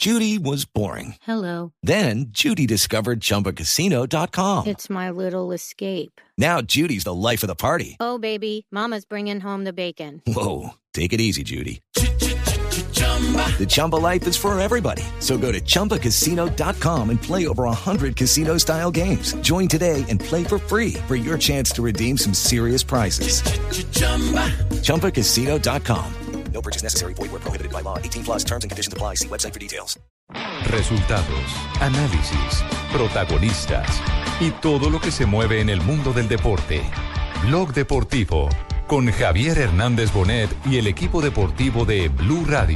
Judy was boring. Hello. Then Judy discovered ChumbaCasino.com. It's my little escape. Now Judy's the life of the party. Oh, baby, mama's bringing home the bacon. Whoa, take it easy, Judy. The Chumba life is for everybody. So go to ChumbaCasino.com and play over 100 casino-style games. Join today and play for free for your chance to redeem some serious prizes. ChumbaCasino.com. No purchase necessary. Void where prohibited by law. 18+ terms and conditions apply. See website for details. Resultados, análisis, protagonistas y todo lo que se mueve en el mundo del deporte. Blog Deportivo con Javier Hernández Bonet y el equipo deportivo de Blue Radio.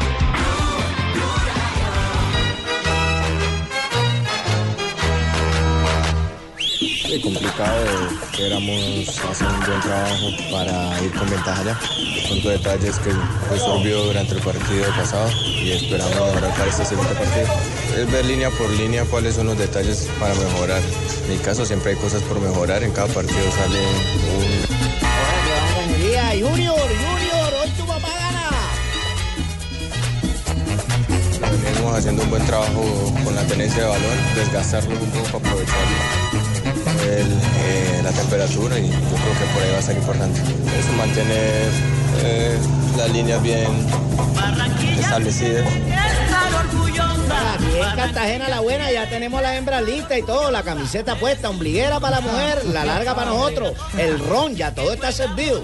Sí, complicado, queramos hacer un buen trabajo para ir con ventaja ya. Son detalles que resolvió durante el partido pasado y esperamos mejorar para este segundo partido. Es ver línea por línea cuáles son los detalles para mejorar. En mi caso siempre hay cosas por mejorar, en cada partido sale un... Junior, hoy tu papá gana. Venimos haciendo un buen trabajo con la tenencia de balón, desgastarlo un poco para aprovechar la temperatura y yo creo que por ahí va a ser importante. Eso, mantener las líneas bien establecidas. Aquí en Cartagena la buena, ya tenemos la hembra lista y todo, la camiseta puesta, ombliguera para la mujer, la larga para nosotros, el ron, ya todo está servido.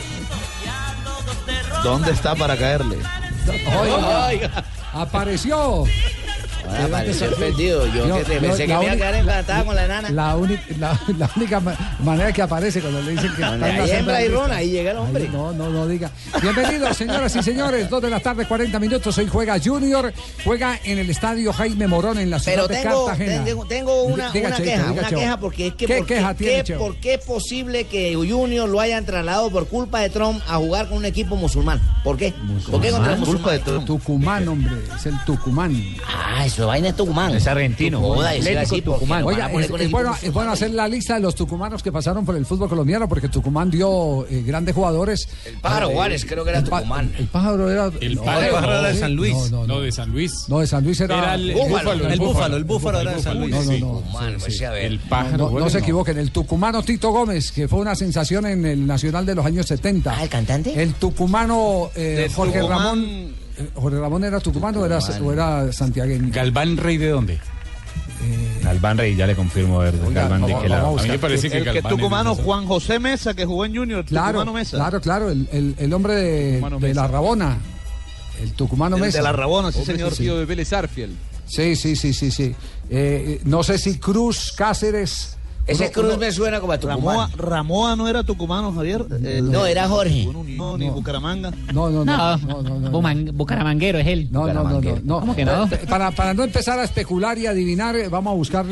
¿Dónde está para caerle? Oiga, apareció. Apareció el perdido. Yo que pensé que me iba a quedar empatada con la enana. La única manera que aparece cuando le dicen que está en la hembra y ron, ahí llega el hombre. No diga. Bienvenidos, señoras y señores. 2 de la tarde, 40 minutos. Hoy juega Junior. Juega en el estadio Jaime Morón en la ciudad de Cartagena. Tengo una queja porque es que ¿por qué es posible que Junior lo hayan trasladado por culpa de Trump a jugar con un equipo musulmán? ¿Por qué? ¿Por qué contra el musulmán? Tucumán, hombre. Es el Tucumán. Eso vaina es Tucumán. Es argentino. Tucumán. Oiga, es bueno hacer la lista de los tucumanos que pasaron por el fútbol colombiano, porque Tucumán dio grandes jugadores. El Pájaro Juárez, creo que era Tucumán. El Pájaro era... El Pájaro era de San Luis. No, de San Luis. No, de San Luis era... el Búfalo. El Búfalo era de San Luis. El Pájaro. No se equivoquen. El tucumano Tito Gómez, que fue una sensación en el Nacional de los años 70. ¿El cantante? El tucumano Jorge Ramón... ¿Jorge Ramón era tucumano o era santiagueño? ¿Galván Rey de dónde? Galván Rey, ya le confirmo. Galván de qué lado. A mí me parece que el tucumano Juan José Mesa, que jugó en Junior. Claro, el hombre de la Rabona. El tucumano Mesa. De la Rabona, sí, señor. Tío de Vélez Arfiel. Sí. No sé si Cruz, Cáceres... Ese Cruz me suena como a Tucumán. Ramoa no era tucumano, Javier. No, era Jorge. Ni Bucaramanga. No. Bucaramanguero es él. No. ¿Cómo que no? Para no empezar a especular y adivinar, vamos a buscar...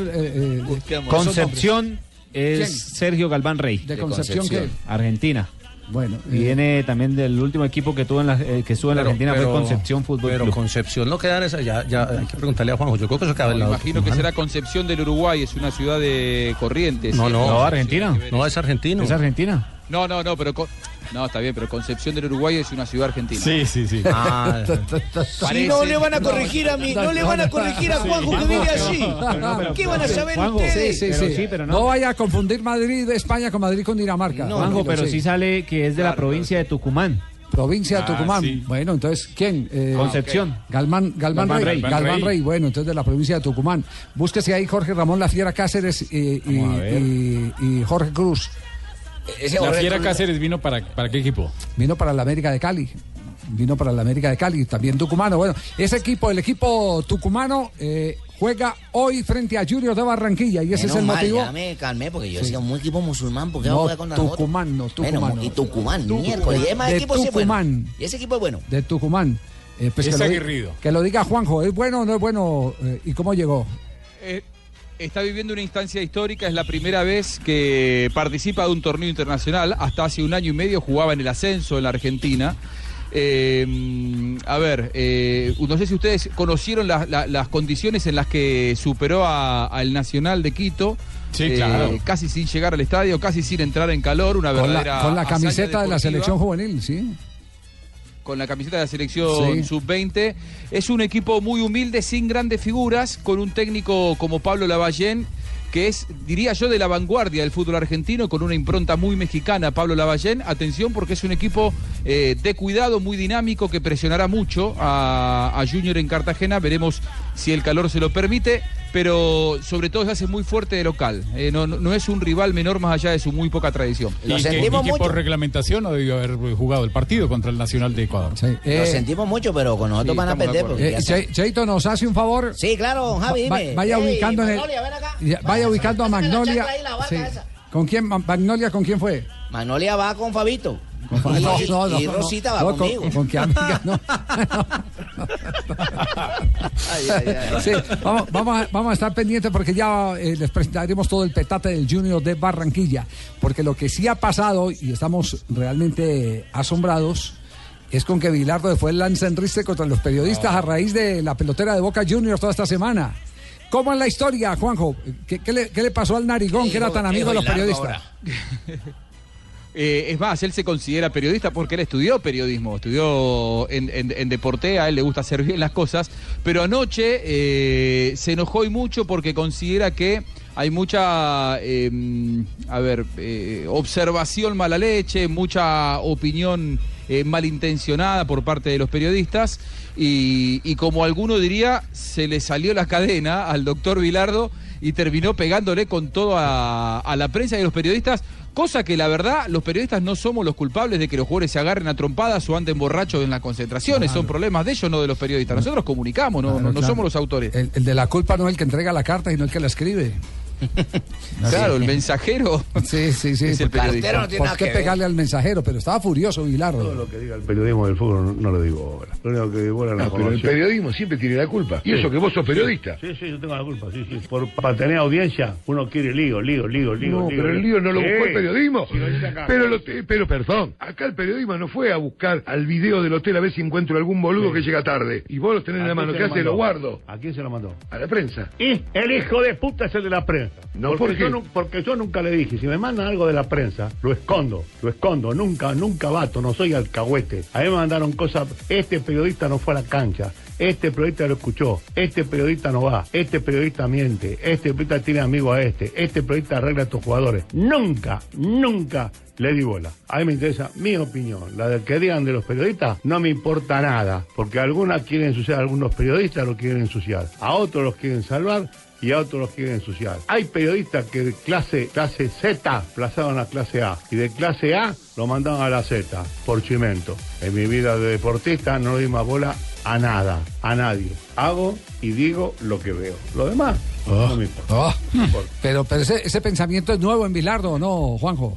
Concepción es ¿Quién? Sergio Galván Rey. ¿De Concepción qué? Argentina. Bueno, viene también del último equipo que tuvo que estuvo en la Argentina, fue Concepción Fútbol Club. Pero Concepción no queda en esa, ya hay que preguntarle a Juanjo. Yo creo que eso queda en la... Imagino que será Concepción del Uruguay, es una ciudad de Corrientes. No, Argentina. No, es argentino. ¿Es Argentina? No, pero... No, está bien, pero Concepción del Uruguay es una ciudad argentina. Sí. Si no le van a corregir a mí, no le van a corregir a Juanjo que vive allí. ¿Qué van a saber ustedes? Sí, pero no vaya a confundir Madrid de España con Madrid con Dinamarca. Juanjo, pero sí sale que es de la provincia de Tucumán. Provincia de Tucumán. Sí. Bueno, entonces, ¿quién? Concepción. Galván Rey. Bueno, entonces de la provincia de Tucumán. Búsquese ahí Jorge Ramón La Fiera Cáceres y Jorge Cruz. La Fiera Cáceres vino para qué equipo? Vino para la América de Cali. También tucumano. Bueno, el equipo tucumano juega hoy frente a Junior de Barranquilla y ese es el motivo. Ya me calmé porque yo decía un equipo musulmán, ¿por qué va a jugar con nosotros? Tucumán. Bueno, y Tucumán, miércoles. Y además equipo sí es bueno. Y ese equipo es bueno. De Tucumán. Es aguerrido. Que lo diga Juanjo, ¿es bueno o no es bueno? ¿Y cómo llegó? Está viviendo una instancia histórica, es la primera vez que participa de un torneo internacional. Hasta hace 1 año y medio jugaba en el ascenso en la Argentina. No sé si ustedes conocieron las condiciones en las que superó al Nacional de Quito. Sí, claro. Casi sin llegar al estadio, casi sin entrar en calor, una verdadera con la camiseta hazaña de la selección juvenil, sí. con la camiseta de la selección sub-20. Es un equipo muy humilde, sin grandes figuras, con un técnico como Pablo Lavallén, que es, diría yo, de la vanguardia del fútbol argentino, con una impronta muy mexicana. Pablo Lavallén, atención, porque es un equipo de cuidado, muy dinámico, que presionará mucho a Junior en Cartagena. Veremos si el calor se lo permite, pero sobre todo se hace muy fuerte de local. No es un rival menor más allá de su muy poca tradición. Lo sentimos mucho. Por reglamentación no debió haber jugado el partido contra el Nacional de Ecuador. Sí. Lo sentimos mucho, pero con nosotros van a perder. Cheito, ¿nos hace un favor? Sí, claro, Javi, dime. Vaya ubicando Magnolia, ven acá. Vaya ubicando a Magnolia. Sí. ¿Con quién? Magnolia, ¿con quién fue? Magnolia va con Fabito. Y Rosita va conmigo. ¿Con qué amiga? No. Sí, vamos a estar pendientes porque ya les presentaremos todo el petate del Junior de Barranquilla. Porque lo que sí ha pasado, y estamos realmente asombrados, es con que Bilardo fue el lancenriste contra los periodistas a raíz de la pelotera de Boca Juniors toda esta semana. ¿Cómo es la historia, Juanjo? ¿Qué le pasó al narigón que era tan amigo de los periodistas? Es más, él se considera periodista porque él estudió periodismo, estudió en Deportea, a él le gusta hacer bien las cosas, pero anoche se enojó y mucho porque considera que hay mucha, observación mala leche, mucha opinión malintencionada por parte de los periodistas y como alguno diría, se le salió la cadena al doctor Bilardo y terminó pegándole con todo a la prensa y a los periodistas, cosa que la verdad los periodistas no somos los culpables de que los jugadores se agarren a trompadas o anden borrachos en las concentraciones, son problemas de ellos, no de los periodistas. Nosotros comunicamos, no somos los autores. El de la culpa no es el que entrega la carta, sino el que la escribe. Claro, el mensajero. Sí. Es el periodista. ¿Por qué pegarle al mensajero? Pero estaba furioso Bilardo. Todo lo que diga el periodismo del fútbol no lo digo ahora. Lo único que digo ahora pero el periodismo siempre tiene la culpa. Y eso que vos sos periodista. Sí, yo tengo la culpa, sí. Para tener audiencia, uno quiere lío. No, pero el lío no lo buscó el periodismo. Pero perdón, acá el periodismo no fue a buscar al video del hotel a ver si encuentro algún boludo que llega tarde. Y vos lo tenés en la mano. ¿Qué hace? Lo guardo. ¿A quién se lo mandó? A la prensa. Y el hijo de puta es el de la prensa. No, porque yo nunca le dije, si me mandan algo de la prensa, lo escondo, nunca bato, no soy alcahuete. A mí me mandaron cosas, este periodista no fue a la cancha, este periodista lo escuchó, este periodista no va, este periodista miente, este periodista tiene amigo a este periodista arregla a estos jugadores. Nunca le di bola. A mí me interesa mi opinión, la de que digan de los periodistas, no me importa nada, porque algunas quieren ensuciar, algunos periodistas lo quieren ensuciar, a otros los quieren salvar, y a otros los quieren ensuciar. Hay periodistas que de clase Z plazaban a clase A y de clase A lo mandaban a la Z por chimento. En mi vida de deportista no le di más bola a nada, a nadie. Hago y digo lo que veo. Lo demás no me importa. No importa. Pero ese pensamiento es nuevo en Bilardo, ¿no, Juanjo?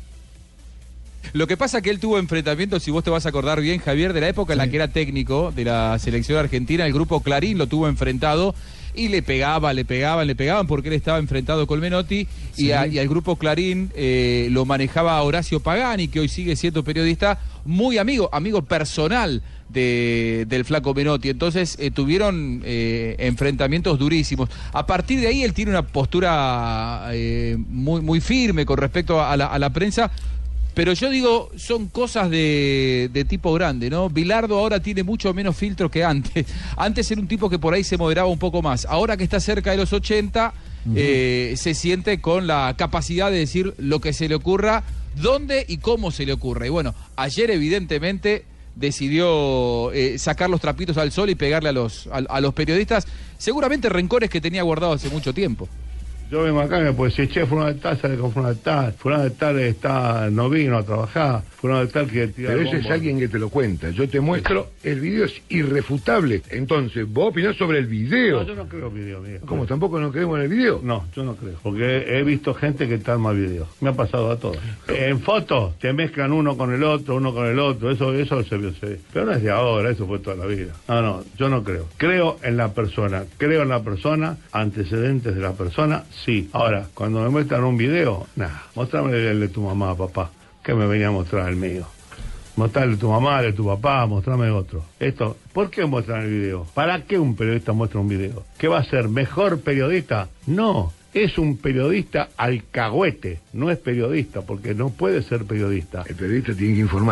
Lo que pasa es que él tuvo enfrentamientos, si vos te vas a acordar bien, Javier, de la época en la que era técnico de la selección argentina, el grupo Clarín lo tuvo enfrentado y le pegaban porque él estaba enfrentado con Menotti y al grupo Clarín lo manejaba Horacio Pagani, que hoy sigue siendo periodista, muy amigo personal del flaco Menotti. Entonces tuvieron enfrentamientos durísimos. A partir de ahí él tiene una postura muy firme con respecto a la prensa. Pero yo digo, son cosas de tipo grande, ¿no? Bilardo ahora tiene mucho menos filtro que antes. Antes era un tipo que por ahí se moderaba un poco más. Ahora que está cerca de los 80, se siente con la capacidad de decir lo que se le ocurra, dónde y cómo se le ocurra. Y bueno, ayer evidentemente decidió sacar los trapitos al sol y pegarle a los periodistas, seguramente rencores que tenía guardados hace mucho tiempo. Yo vengo acá y me puedo decir, che, fulano de tal sale con fulano de tal no vino a trabajar, fulano de tal que tira. Pero ese es alguien que te lo cuenta. Yo te muestro, el video es irrefutable. Entonces, vos opinás sobre el video. No, yo no creo video, Miguel. ¿Cómo? ¿Tampoco no creemos en el video? No, yo no creo. Porque he visto gente que está arma video. Me ha pasado a todos. En fotos te mezclan uno con el otro. Eso se ve. Pero no es de ahora, eso fue toda la vida. No, yo no creo. Creo en la persona, antecedentes de la persona. Sí, ahora, cuando me muestran un video, mostrame el de tu mamá, papá, que me venía a mostrar el mío. Mostrarle tu mamá, de tu papá, mostrame otro. ¿Por qué muestran el video? ¿Para qué un periodista muestra un video? ¿Qué va a ser? ¿Mejor periodista? No, es un periodista alcahuete, no es periodista, porque no puede ser periodista. El periodista tiene que informar.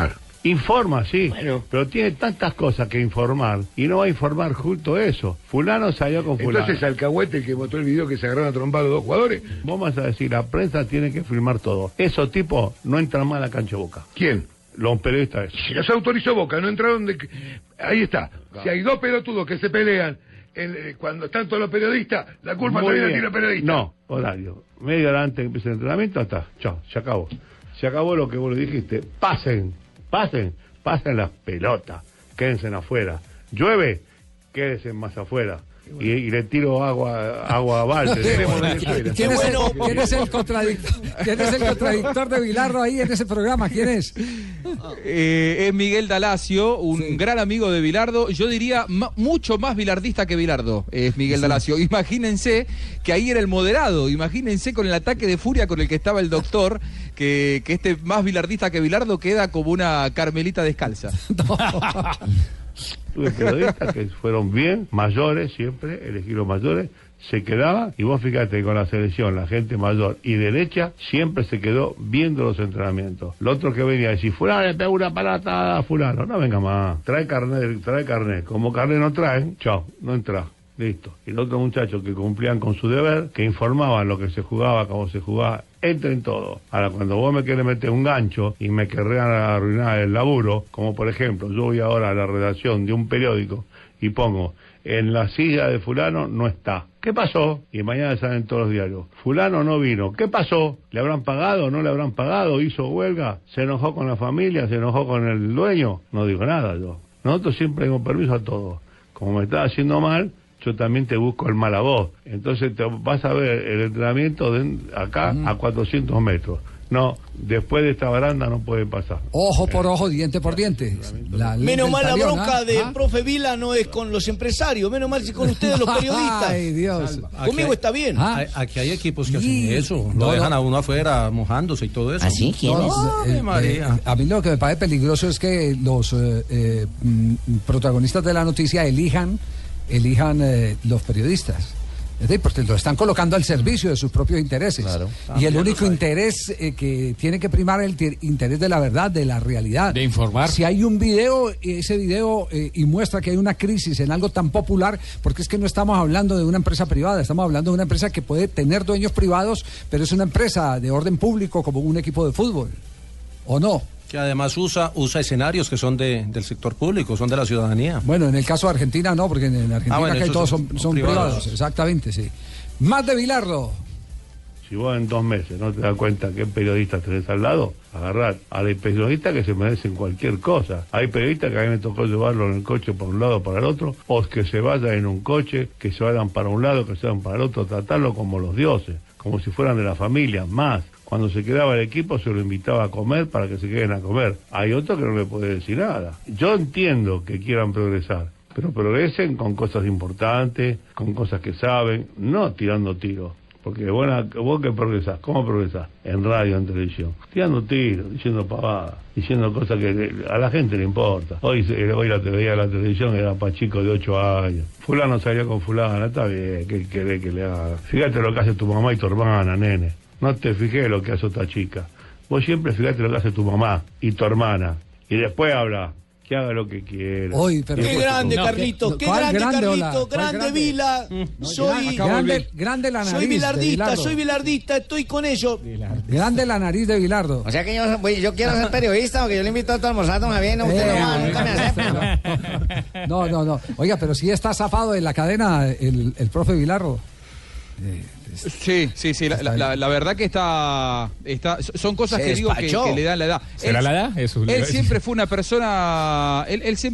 Informa, sí, pero tiene tantas cosas que informar y no va a informar justo eso. Fulano salió con fulano. Entonces Alcahuete, el que mostró el video que se agarraron a trompar los dos jugadores. Vos vas a decir, la prensa tiene que filmar todo. Esos tipos no entran más a la cancha de Boca. ¿Quién? Los periodistas. Si los autorizó Boca, no entraron de... Ahí está. Si hay dos pelotudos que se pelean cuando están todos los periodistas, la culpa también la tiene los periodistas. No, horario. Media hora antes que empiece el entrenamiento, hasta. Chao, se acabó. Se acabó lo que vos le dijiste. Pasen las pelotas. Quédense afuera. Llueve, quédense más afuera. Y le tiro agua a balde. ¿Quién es el contradictor de Bilardo ahí en ese programa? ¿Quién es? Es Miguel Dalacio, un gran amigo de Bilardo. Yo diría mucho más bilardista que Bilardo. Es Miguel Dalacio. Imagínense que ahí era el moderado. Imagínense con el ataque de furia con el que estaba el doctor, que este más bilardista que Bilardo queda como una Carmelita descalza. Tuve periodistas que fueron bien, mayores, siempre, elegí los mayores, se quedaban, y vos fíjate con la selección, la gente mayor y derecha, siempre se quedó viendo los entrenamientos. Lo otro que venía a decir, fulano le pega una palata a fulano, no venga más, trae carnet, como carnet no traen, chao, no entra. Listo. Y los otros muchachos que cumplían con su deber, que informaban lo que se jugaba, cómo se jugaba, entren todos. Ahora, cuando vos me querés meter un gancho y me querrán arruinar el laburo, como por ejemplo, yo voy ahora a la redacción de un periódico y pongo, en la silla de fulano no está. ¿Qué pasó? Y mañana salen todos los diarios. Fulano no vino. ¿Qué pasó? ¿Le habrán pagado? ¿No le habrán pagado? ¿Hizo huelga? ¿Se enojó con la familia? ¿Se enojó con el dueño? No digo nada yo. Nosotros siempre dimos permiso a todos. Como me estaba haciendo mal, yo también te busco el mal a vos. Entonces te vas a ver el entrenamiento de acá a 400 metros. No, después de esta baranda no puede pasar. Ojo por ojo, diente por diente. Menos mal la bronca del profe Vila no es con los empresarios, menos mal si con ustedes los periodistas. Ay, Dios. Conmigo está bien. Aquí hay equipos que hacen eso, lo dejan a uno afuera mojándose y todo eso. ¿Así? ¿Quién es? María. A mí lo que me parece peligroso es que los protagonistas de la noticia elijan los periodistas. Porque lo están colocando al servicio de sus propios intereses. Claro. Y el único interés que tiene que primar es el interés de la verdad, de la realidad. De informar. Si hay un video, ese video y muestra que hay una crisis en algo tan popular, porque es que no estamos hablando de una empresa privada, estamos hablando de una empresa que puede tener dueños privados, pero es una empresa de orden público como un equipo de fútbol. ¿O no? Que además usa escenarios que son del sector público, son de la ciudadanía. Bueno, en el caso de Argentina no, porque en Argentina que todos son privados. Exactamente, sí. Más de Bilardo. Si vos en 2 meses no te das cuenta qué periodistas tenés al lado, agarrar a los periodistas que se merecen cualquier cosa. Hay periodistas que a mí me tocó llevarlo en el coche por un lado o para el otro, o que se vayan en un coche, que se vayan para un lado, que se vayan para el otro, tratarlo como los dioses, como si fueran de la familia, más. Cuando se quedaba el equipo se lo invitaba a comer para que se queden a comer. Hay otro que no le puede decir nada. Yo entiendo que quieran progresar, pero progresen con cosas importantes, con cosas que saben, no tirando tiros. Porque vos que progresás, ¿cómo progresás? En radio, en televisión. Tirando tiros, diciendo pavadas, diciendo cosas que a la gente le importa. Hoy la veía la televisión, era para chicos de 8 años. Fulano salió con fulana, está bien, ¿qué querés que le haga? Fíjate lo que hace tu mamá y tu hermana, nene. No te fijé lo que hace otra chica. Vos siempre fíjate lo que hace tu mamá y tu hermana. Y después habla. Que haga lo que quiera. Qué grande, Carlitos. Qué grande, Carlitos. Grande Vila. Grande la nariz. Soy bilardista. Estoy con ellos. Grande la nariz de Bilardo. O sea que yo quiero ser periodista porque yo le invito a tu almorzar, don Javier. No, usted nunca me acepta. No. Oiga, pero sí está zafado en la cadena el profe Bilardo. Sí, la verdad que está son cosas que digo que le dan la edad. ¿Será la edad? Él siempre fue una persona,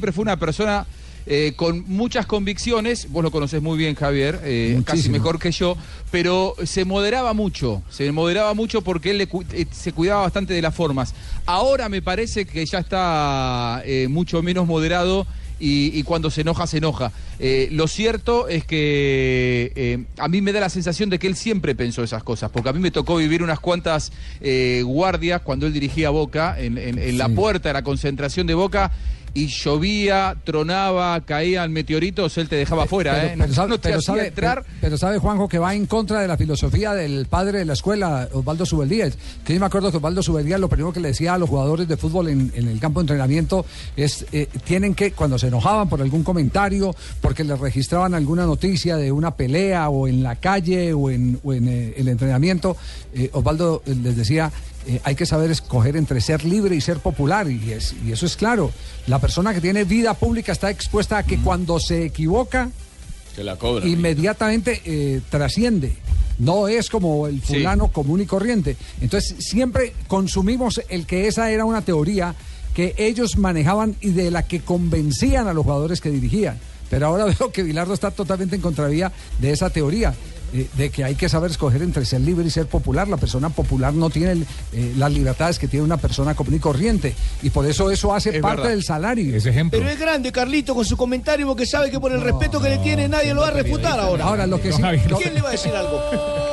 con muchas convicciones. Vos lo conocés muy bien, Javier, casi mejor que yo, pero se moderaba mucho porque él se cuidaba bastante de las formas. Ahora me parece que ya está mucho menos moderado. Y cuando se enoja, se enoja. Lo cierto es que a mí me da la sensación de que él siempre pensó esas cosas, porque a mí me tocó vivir unas cuantas guardias cuando él dirigía Boca, en la puerta de la concentración de Boca, y llovía, tronaba, caían meteoritos, él te dejaba fuera, Pero sabe, Juanjo, que va en contra de la filosofía del padre de la escuela, Osvaldo Subeldíez. Que yo me acuerdo que Osvaldo Subeldíez lo primero que le decía a los jugadores de fútbol en el campo de entrenamiento es, tienen que, cuando se enojaban por algún comentario, porque les registraban alguna noticia de una pelea o en la calle o en el entrenamiento, Osvaldo les decía, hay que saber escoger entre ser libre y ser popular, y eso es claro. La persona que tiene vida pública está expuesta a que cuando se equivoca, que la cobra, inmediatamente trasciende. No es como el fulano común y corriente. Entonces siempre consumimos el que esa era una teoría que ellos manejaban y de la que convencían a los jugadores que dirigían. Pero ahora veo que Bilardo está totalmente en contravía de esa teoría, de que hay que saber escoger entre ser libre y ser popular. La persona popular no tiene las libertades que tiene una persona común y corriente, y por eso hace parte del salario. Ese ejemplo. Pero es grande Carlito con su comentario, porque sabe que por el respeto que le tiene nadie lo va a refutar ahora. Ahora lo que sí, ¿quién le va a decir algo?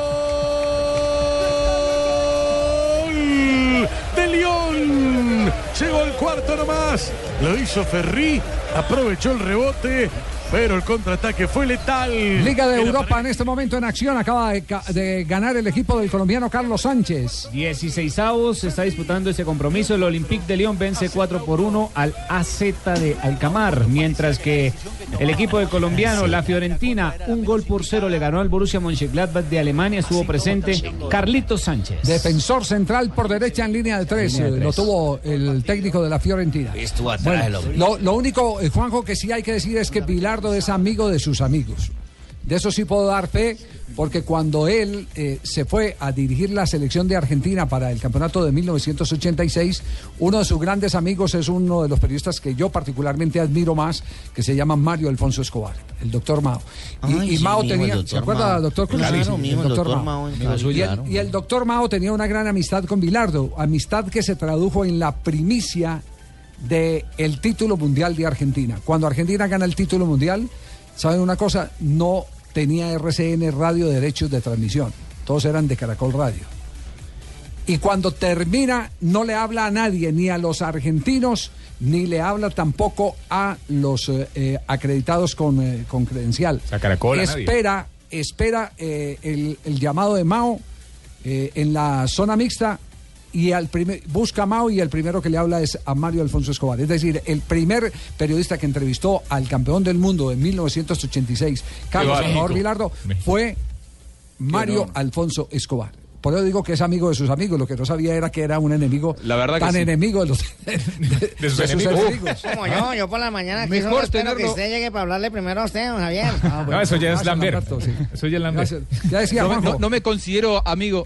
De León, llegó el cuarto nomás, lo hizo Ferri, aprovechó el rebote, pero el contraataque fue letal. Liga de Europa en este momento en acción, acaba de ganar el equipo del colombiano Carlos Sánchez. 16avos, se está disputando ese compromiso. El Olympique de Lyon vence 4-1 al AZ de Alkmaar, mientras que el equipo del colombiano, la Fiorentina, 1-0 le ganó al Borussia Mönchengladbach de Alemania. Estuvo presente Carlitos Sánchez. Defensor central por derecha en línea de 3, lo tuvo el técnico de la Fiorentina. Estuvo atrás, lo único, Juanjo, que sí hay que decir es que Bilardo es amigo de sus amigos. De eso sí puedo dar fe, porque cuando él se fue a dirigir la selección de Argentina para el campeonato de 1986, uno de sus grandes amigos es uno de los periodistas que yo particularmente admiro más, que se llama Mario Alfonso Escobar, el doctor Mao. Y Mao tenía, ¿se acuerda del doctor Cruz? Claro, el doctor Mao. Y el doctor Mao tenía una gran amistad con Bilardo, amistad que se tradujo en la primicia del título mundial de Argentina. Cuando Argentina gana el título mundial, ¿saben una cosa? No tenía RCN Radio derechos de transmisión, todos eran de Caracol Radio. Y cuando termina, no le habla a nadie, ni a los argentinos, ni le habla tampoco a los acreditados con credencial. A Caracol, espera el llamado de Mao en la zona mixta, y busca a Mao, y el primero que le habla es a Mario Alfonso Escobar. Es decir, el primer periodista que entrevistó al campeón del mundo en 1986, Carlos Salvador Bilardo, fue Mario Alfonso Escobar. Por eso digo que es amigo de sus amigos. Lo que no sabía era que era un enemigo, la verdad, tan que enemigo de sus enemigos. Como yo por la mañana aquí solo espero que usted llegue para hablarle primero a usted, don Javier. No, eso ya es Lambert. Eso ya es Lambert. Ya decía no me considero amigo,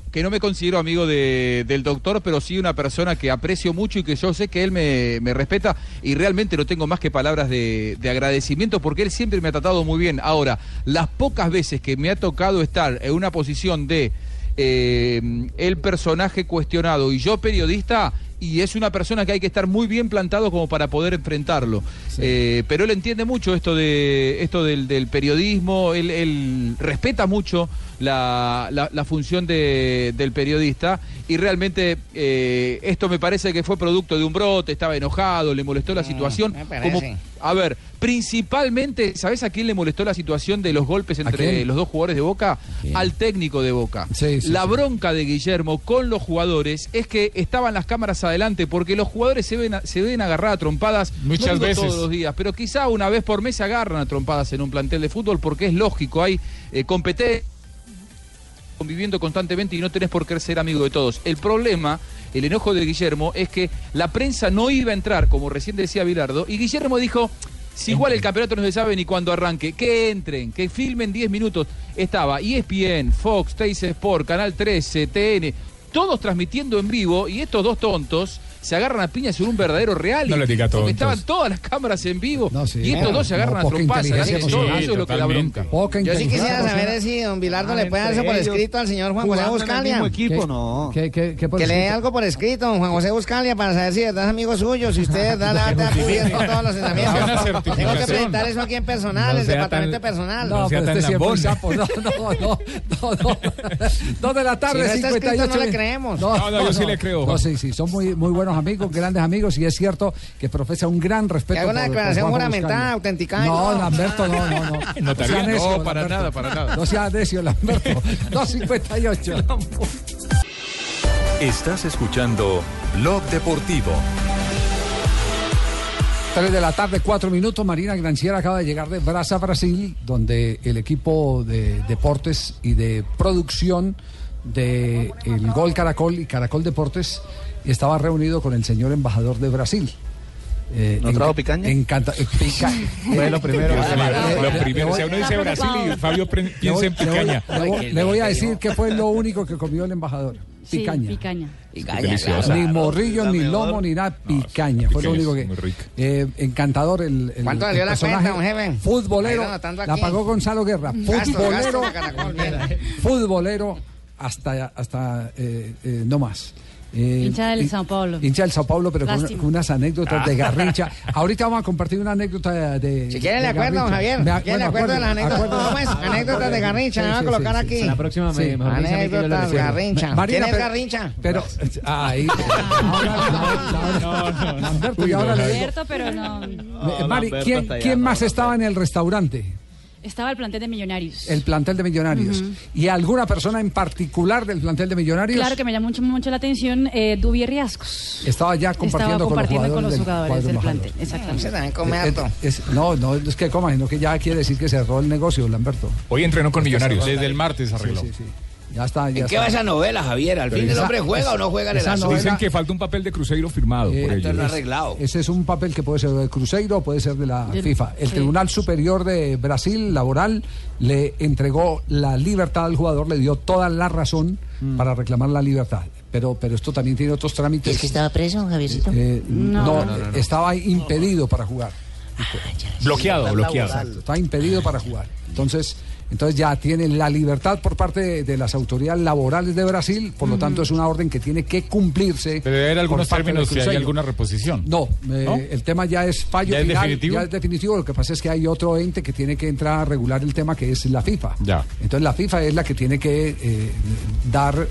del doctor, pero sí una persona que aprecio mucho y que yo sé que él me respeta, y realmente no tengo más que palabras de agradecimiento, porque él siempre me ha tratado muy bien. Ahora, las pocas veces que me ha tocado estar en una posición de el personaje cuestionado y yo periodista, y es una persona que hay que estar muy bien plantado como para poder enfrentarlo. Sí. Pero él entiende mucho esto del periodismo, él respeta mucho la función del periodista, y realmente esto me parece que fue producto de un brote, estaba enojado, le molestó la situación. A ver, principalmente, ¿sabés a quién le molestó la situación de los golpes entre los dos jugadores de Boca? Al técnico de Boca. La bronca de Guillermo con los jugadores es que estaban las cámaras adelante, porque los jugadores se ven agarrar a trompadas muchas veces, todos los días, pero quizá una vez por mes se agarran a trompadas en un plantel de fútbol, porque es lógico, hay competencia, conviviendo constantemente, y no tenés por qué ser amigo de todos. El problema, el enojo de Guillermo, es que la prensa no iba a entrar, como recién decía Bilardo, y Guillermo dijo: si igual el campeonato no se sabe ni cuándo arranque, que entren, que filmen 10 minutos. Estaba ESPN, Fox, Teis Sport, Canal 13, TN, todos transmitiendo en vivo, y estos dos tontos se agarran a piñas en un verdadero reality. No le diga tontos. Porque estaban todas las cámaras en vivo, y estos dos se agarran a trompadas. Eso es lo que da bronca. Yo sí quisiera saber si don Bilardo le puede dar eso por escrito al señor Juan José Buscalia. Que le dé algo por escrito, don Juan José Buscalia, para saber si de verdad es amigo suyo, si usted da cubriendo todos los entrenamientos. Tengo que presentar eso aquí en personal, el departamento personal. No, pero este siempre es sapo. No. 2 de la tarde, 58. No le creemos. No, yo sí le creo. No, sí, son muy buenos buenos amigos, grandes amigos, y es cierto que profesa un gran respeto. ¿Hay una declaración juramentada, autenticada? No, Lamberto, no. No, para nada. No sea necio, Lamberto. 2:58. Estás escuchando Blog Deportivo. 3 de la tarde, 4 minutos. Marina Granciera acaba de llegar de Brasa, Brasil, donde el equipo de deportes y de producción de el Gol Caracol y Caracol Deportes estaba reunido con el señor embajador de Brasil. ¿No trajo picaña? Fue lo primero. O sea, uno dice Brasil y Fabio piensa en picaña. Le voy a decir que fue lo único que comió el embajador. Picaña. Sí, picaña. Ni morrillo, ni lomo, ni nada, picaña. Fue lo único que. Encantador el ¿cuánto valió la cuenta, don jefe? Futbolero. La pagó Gonzalo Guerra. Futbolero hasta no más. Hincha del Sao Paulo. Hincha del Sao Paulo, pero con unas anécdotas de Garrincha. Ahorita vamos a compartir una anécdota de. Si quieren, le acuerdo, don Javier. ¿Quieren le acuerdo de las anécdotas? ¿Cómo es? Anécdotas de Garrincha. Me voy a colocar aquí. La próxima anécdotas de Garrincha. ¿Quién es Garrincha? Pero. Ahí. No. Alberto, pero no. Mari, ¿quién más estaba en el restaurante? Estaba el plantel de Millonarios. El plantel de Millonarios. ¿Y alguna persona en particular del plantel de Millonarios? Claro que me llamó mucho la atención, Dubier Riascos. Estaba ya compartiendo con los jugadores del plantel. Exactamente. También come harto. No es que coma, sino que ya quiere decir que cerró el negocio, Lamberto. Hoy entrenó con Millonarios. Desde el martes arregló. Sí. Ya está. ¿En qué va esa novela, Javier? ¿Al fin el hombre juega o no juega en el asunto? Dicen que falta un papel de Cruzeiro firmado por ellos. Arreglado. Ese es un papel que puede ser de Cruzeiro o puede ser de la FIFA. El Tribunal Superior de Brasil, laboral, le entregó la libertad al jugador, le dio toda la razón para reclamar la libertad. Pero esto también tiene otros trámites. ¿Es que estaba preso, Javiercito? No, estaba impedido para jugar. Bloqueado. Exacto, está impedido para jugar. Entonces ya tiene la libertad por parte de las autoridades laborales de Brasil, por lo tanto es una orden que tiene que cumplirse. Pero debe haber algunos términos si hay alguna reposición. No, el tema ya es fallo final, definitivo. Ya es definitivo. Lo que pasa es que hay otro ente que tiene que entrar a regular el tema, que es la FIFA. Ya. Entonces la FIFA es la que tiene que dar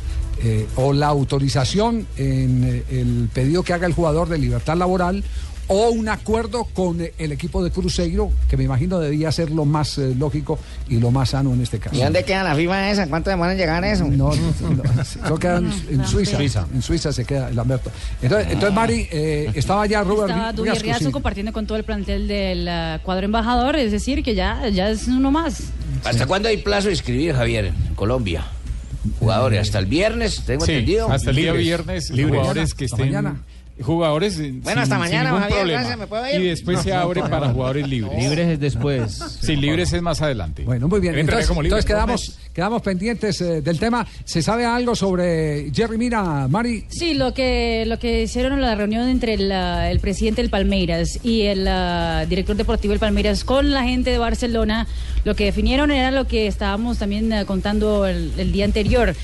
o la autorización en el pedido que haga el jugador de libertad laboral, o un acuerdo con el equipo de Cruzeiro, que me imagino debía ser lo más lógico y lo más sano en este caso. ¿Y dónde queda la FIFA esa? ¿Cuánto demoran en llegar a eso? No, creo que en Suiza. En Suiza se queda Lamberto. Entonces Mari, estaba ya Estaba Dubier Riascos compartiendo con todo el plantel del cuadro embajador, es decir, que ya es uno más. ¿Hasta cuándo hay plazo de inscribir, Javier, en Colombia? Jugadores, hasta el viernes, tengo entendido. Hasta el día viernes, jugadores que estén... Mañana. Jugadores hasta mañana, sin ningún Javier, problema. gracias, ¿me puedo ir? Y después se abre para jugadores libres. Libres es después. Sí, libres es más adelante. Bueno, muy bien. Entonces quedamos pendientes del tema. ¿Se sabe algo sobre Jerry Mina, Mari? Sí, lo que hicieron en la reunión entre el presidente del Palmeiras y el director deportivo del Palmeiras con la gente de Barcelona, lo que definieron era lo que estábamos también contando el día anterior.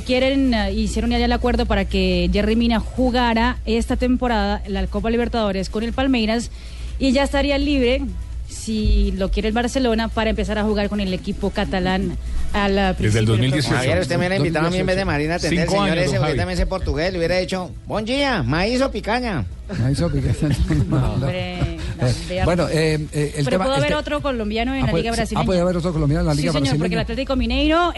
Hicieron ya el acuerdo para que Jerry Mina jugara esta temporada la Copa Libertadores con el Palmeiras y ya estaría libre, si lo quiere el Barcelona, para empezar a jugar con el equipo catalán desde el 2018. Javier, usted me hubiera invitado a mí en vez de Marina a atender, señor ese, usted también sé portugués, le hubiera dicho, buen día, maíz o picaña. Maíz o picaña. Hombre, bueno, pero puede haber otro colombiano en la Liga Brasileña. Puede haber otro colombiano en la Liga Brasileña. Sí, señor, porque el Atlético Mineiro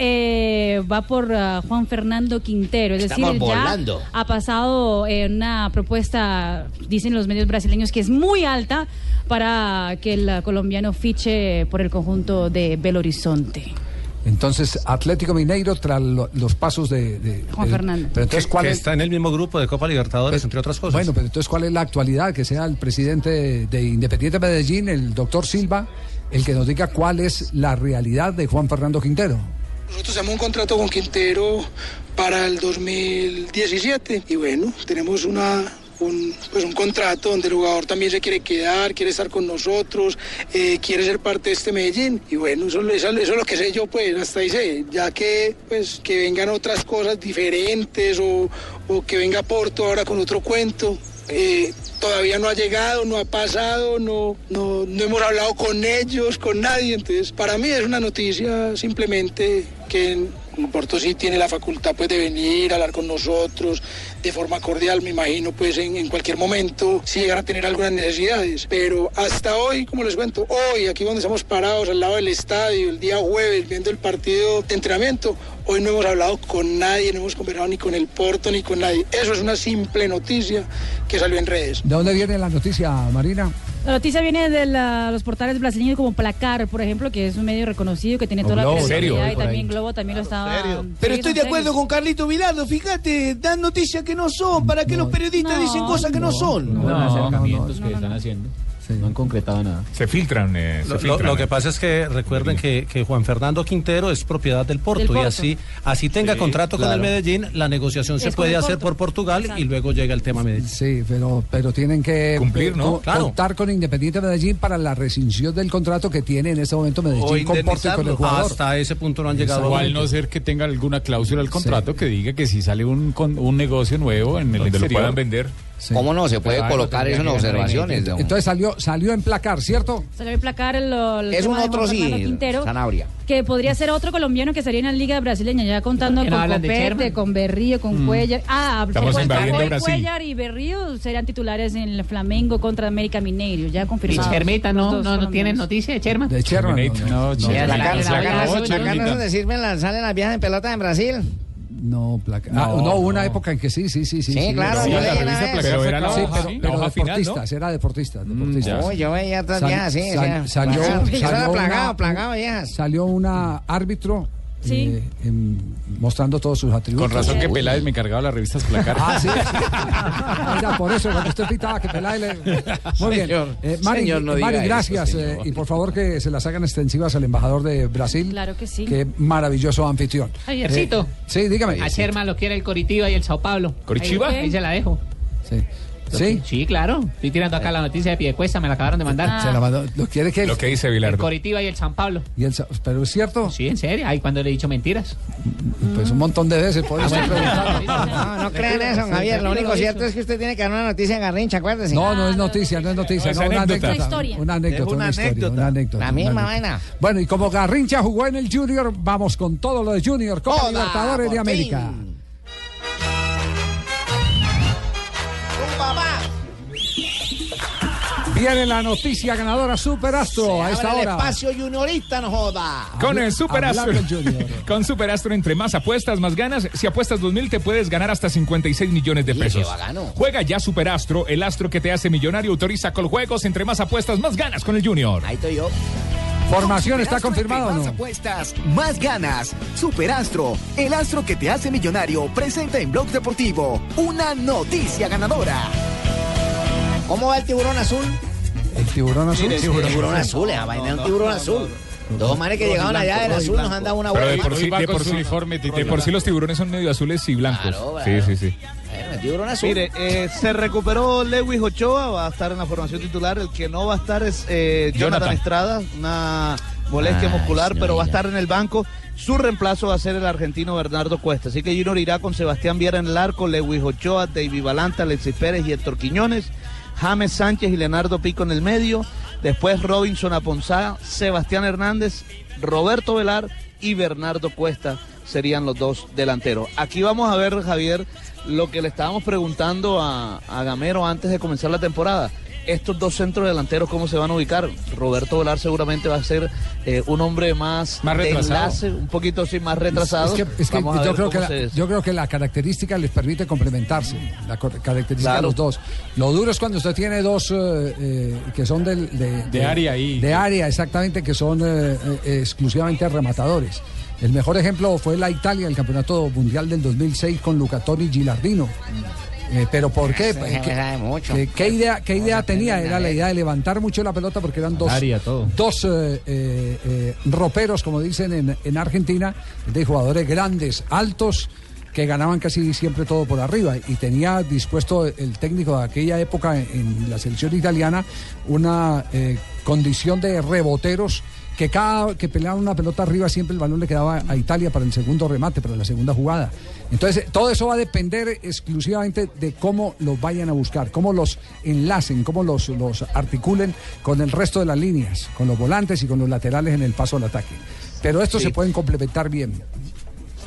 va por Juan Fernando Quintero. Es decir, ya ha pasado una propuesta, dicen los medios brasileños, que es muy alta para que el colombiano fiche por el conjunto de Belo Horizonte. Entonces, Atlético Mineiro tras los pasos de Juan Fernando. Pero entonces, ¿cuál es? Está en el mismo grupo de Copa Libertadores, entre otras cosas. Bueno, pero entonces, ¿cuál es la actualidad? Que sea el presidente de Independiente Medellín, el doctor Silva, el que nos diga cuál es la realidad de Juan Fernando Quintero. Nosotros tenemos un contrato con Quintero para el 2017 y bueno, tenemos un contrato donde el jugador también se quiere quedar, quiere estar con nosotros, quiere ser parte de este Medellín y bueno, eso es lo que sé yo, pues hasta ahí sé, ya que pues que vengan otras cosas diferentes o que venga Porto ahora con otro cuento. Todavía no ha llegado, no ha pasado, no hemos hablado con ellos, con nadie, entonces para mí es una noticia simplemente que El Porto sí tiene la facultad pues de venir a hablar con nosotros de forma cordial, me imagino pues en cualquier momento si llegar a tener algunas necesidades, pero hasta hoy, como les cuento, hoy aquí donde estamos parados al lado del estadio, el día jueves viendo el partido de entrenamiento, hoy no hemos hablado con nadie, no hemos conversado ni con el Porto ni con nadie. Eso es una simple noticia que salió en redes. ¿De dónde viene la noticia, Marina? La noticia viene de los portales brasileños como Placar, por ejemplo, que es un medio reconocido que tiene toda la credibilidad, y también Globo también lo estaba... Pero estoy de acuerdo con Carlito Vilardo, fíjate, dan noticias que no son, para que los periodistas dicen cosas que no son. Acercamientos que están haciendo. Sí. No han concretado nada. Se filtran. Lo que pasa es que recuerden que Juan Fernando Quintero es propiedad del Porto. Y así tenga contrato con el Medellín, la negociación se puede hacer por Portugal. Exacto. Y luego llega el tema Medellín. Sí, pero tienen que cumplir, ¿no? Contar con Independiente Medellín para la rescisión del contrato que tiene en este momento Medellín con Porto y con el jugador. Hasta ese punto no han llegado. Igual no ser que tenga alguna cláusula al contrato que diga que si sale un negocio nuevo en el exterior, lo puedan vender. Sí. ¿Cómo no? Se puede colocar eso en observaciones. Entonces salió en Placar, ¿cierto? Salió en Placar es un otro Quintero, Sanabria. Que podría ser otro colombiano que estaría en la liga brasileña, ya contando con Copete, con Berrío, con Cuellar. Cuellar y Berrío serán titulares en el Flamengo contra América Mineiro, ya confirmado. ¿Y Chermita no tienen noticia de Sherman? De Sherman. No, donde sirven salen las viejas en pelota en Brasil. No, Placar. No, una época en que sí. Sí, claro. Pero era deportistas, era deportistas. Yo veía otras viejas, sí. Salió plagado, viejas. Salió una árbitro. Sí. Mostrando todos sus atributos. Con razón que Peláez me encargaba las revistas Placar. Sí. Mira, por eso, cuando usted pitaba que Peláez Muy bien. Mari, gracias. Y por favor que se las hagan extensivas al embajador de Brasil. Claro que sí. Qué maravilloso anfitrión. Javiercito. Sí, dígame. A Sherman lo quiere el Coritiba y el Sao Paulo. ¿Coritiba? Ahí se la dejo. Sí. ¿Sí? Sí, claro. Estoy tirando acá la noticia de Piedecuesta, me la acabaron de mandar. Se la mandó. ¿Lo quiere que Lo que dice Vilardo. El Coritiba y el San Pablo. ¿Pero es cierto? Sí, en serio. Ahí cuando le he dicho mentiras. Pues un montón de veces, por eso No crean eso, Javier. Lo único cierto es que usted tiene que dar una noticia en Garrincha, acuérdese. No es noticia. No, una anécdota. La misma vaina. Bueno, y como Garrincha jugó en el Junior, vamos con todo lo de Junior, Copa Libertadores de América. Viene la noticia ganadora Superastro a esta hora. El espacio juniorista no joda. Con el Superastro. Con Superastro, entre más apuestas, más ganas. Si apuestas 2,000 te puedes ganar hasta 56 millones de pesos. Juega ya Superastro, el astro que te hace millonario. Autoriza Coljuegos. Entre más apuestas, más ganas con el Junior. Ahí estoy yo. Formación está confirmado, ¿no? Más apuestas, más ganas. Superastro, el astro que te hace millonario, presenta en Blog Deportivo una noticia ganadora. ¿Cómo va el tiburón azul? El tiburón azul. Sí, tiburón azul, esa vaina es un tiburón azul. Dos manes que llegaban allá del azul nos han dado una buena. Pero de por sí los tiburones son medio azules y blancos. Claro. Sí. El tiburón azul. Mire, se recuperó Lewis Ochoa, va a estar en la formación titular. El que no va a estar es Jonathan Estrada, una molestia muscular, pero va a estar en el banco. Su reemplazo va a ser el argentino Bernardo Cuesta. Así que Junior irá con Sebastián Viera en el arco, Lewis Ochoa, David Balanta, Alexis Pérez y Héctor Quiñones. James Sánchez y Leonardo Pico en el medio, después Robinson Aponzá, Sebastián Hernández, Roberto Velar y Bernardo Cuesta serían los dos delanteros. Aquí vamos a ver, Javier, lo que le estábamos preguntando a Gamero antes de comenzar la temporada. Estos dos centros delanteros, ¿cómo se van a ubicar? Roberto Velar seguramente va a ser un hombre más de enlace, un poquito más retrasado. Es que yo creo que la característica les permite complementarse, la característica de los dos. Lo duro es cuando usted tiene dos que son de área ahí. De área, exactamente, que son exclusivamente rematadores. El mejor ejemplo fue la Italia, el campeonato mundial del 2006 con Luca Toni y Gilardino. ¿Pero por qué? ¿Qué idea tenía? Era la idea de levantar mucho la pelota porque eran dos roperos, como dicen en Argentina, de jugadores grandes, altos, que ganaban casi siempre todo por arriba. Y tenía dispuesto el técnico de aquella época en la selección italiana una condición de reboteros que cada que peleaban una pelota arriba siempre el balón le quedaba a Italia para el segundo remate, para la segunda jugada. Entonces todo eso va a depender exclusivamente de cómo los vayan a buscar, cómo los enlacen, cómo los articulen con el resto de las líneas, con los volantes y con los laterales en el paso al ataque. Pero estos se pueden complementar bien.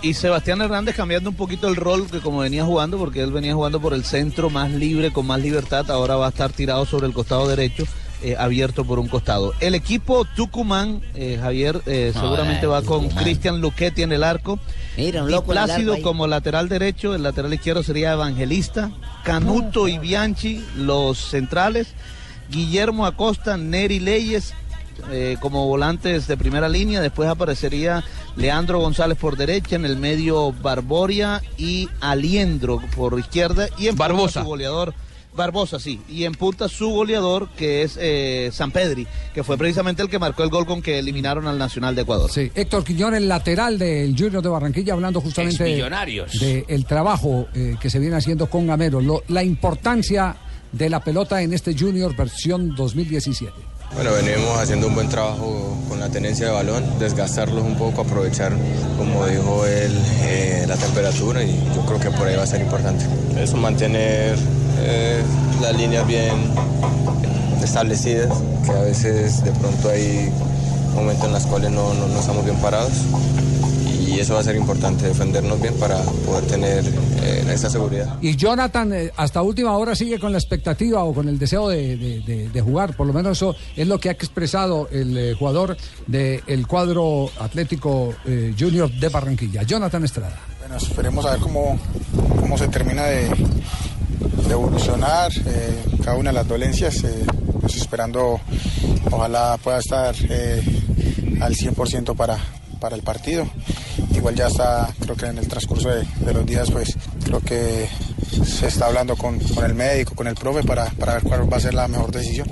Y Sebastián Hernández cambiando un poquito el rol que como venía jugando, porque él venía jugando por el centro más libre, con más libertad, ahora va a estar tirado sobre el costado derecho, abierto por un costado. El equipo Tucumán, Javier, seguramente va con Cristian Luchetti en el arco. Mira, un Di loco en el Plácido arco ahí. como lateral derecho, el lateral izquierdo sería Evangelista, Canuto y Bianchi los centrales, Guillermo Acosta, Neri Leyes como volantes de primera línea, después aparecería Leandro González por derecha, en el medio Barboria y Aliendro por izquierda, y en Barbosa, su goleador Barbosa, sí, y en punta su goleador, que es Sampedri, que fue precisamente el que marcó el gol con que eliminaron al Nacional de Ecuador. Sí, Héctor Quiñones, lateral del Junior de Barranquilla, hablando justamente del trabajo que se viene haciendo con Gamero, la importancia de la pelota en este Junior versión 2017. Bueno, venimos haciendo un buen trabajo con la tenencia de balón, desgastarlos un poco, aprovechar, como dijo él, la temperatura, y yo creo que por ahí va a ser importante. Eso, mantener las líneas bien establecidas, que a veces de pronto hay momentos en los cuales no estamos bien parados, y eso va a ser importante, defendernos bien para poder tener esa seguridad. Y Jonathan hasta última hora sigue con la expectativa o con el deseo de jugar, por lo menos eso es lo que ha expresado el jugador del cuadro Atlético Junior de Barranquilla, Jonathan Estrada. Bueno, esperemos a ver cómo se termina de evolucionar cada una de las dolencias, pues esperando ojalá pueda estar al 100% para el partido. Igual ya está, creo que en el transcurso de los días, pues creo que se está hablando con el médico, con el profe para ver cuál va a ser la mejor decisión.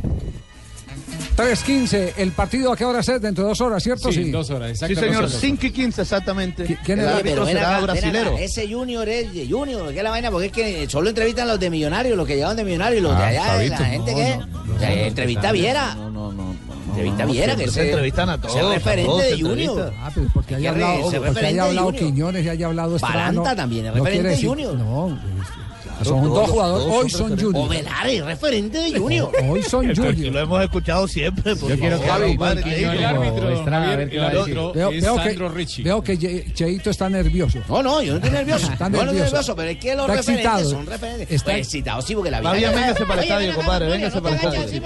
3:15, el partido a qué hora es, dentro de 2 horas, ¿cierto? Sí, 2 horas, Sí, exactamente. señor, 5:15 exactamente. ¿Quién es el el árbitro? Será brasilero. Ese Junior es de Junior, ¿qué es la vaina? Porque es que solo entrevistan los de Millonarios, los que llegaron de Millonarios, los de allá, Fabito, la gente que entrevista a Viera. Entrevista a Viera, que se entrevistan a todos. Es referente todos de Junior. Pues porque haya hablado Quiñones y haya hablado Estrada. Balanta también es referente de Junior. No, son dos jugadores, hoy son Junior. Ovelar es referente de Junior. Hoy son Junior. Lo hemos escuchado siempre. Yo quiero que el árbitro es Sandro Ricci. Veo que Cheito está nervioso. No, yo no estoy nervioso. Está no estoy nervioso, nervioso, pero es que los está referentes excitado. son referentes. Está Pues excitado, sí, porque la vida. Más bien, véngase para el estadio, compadre. Véngase para el estadio.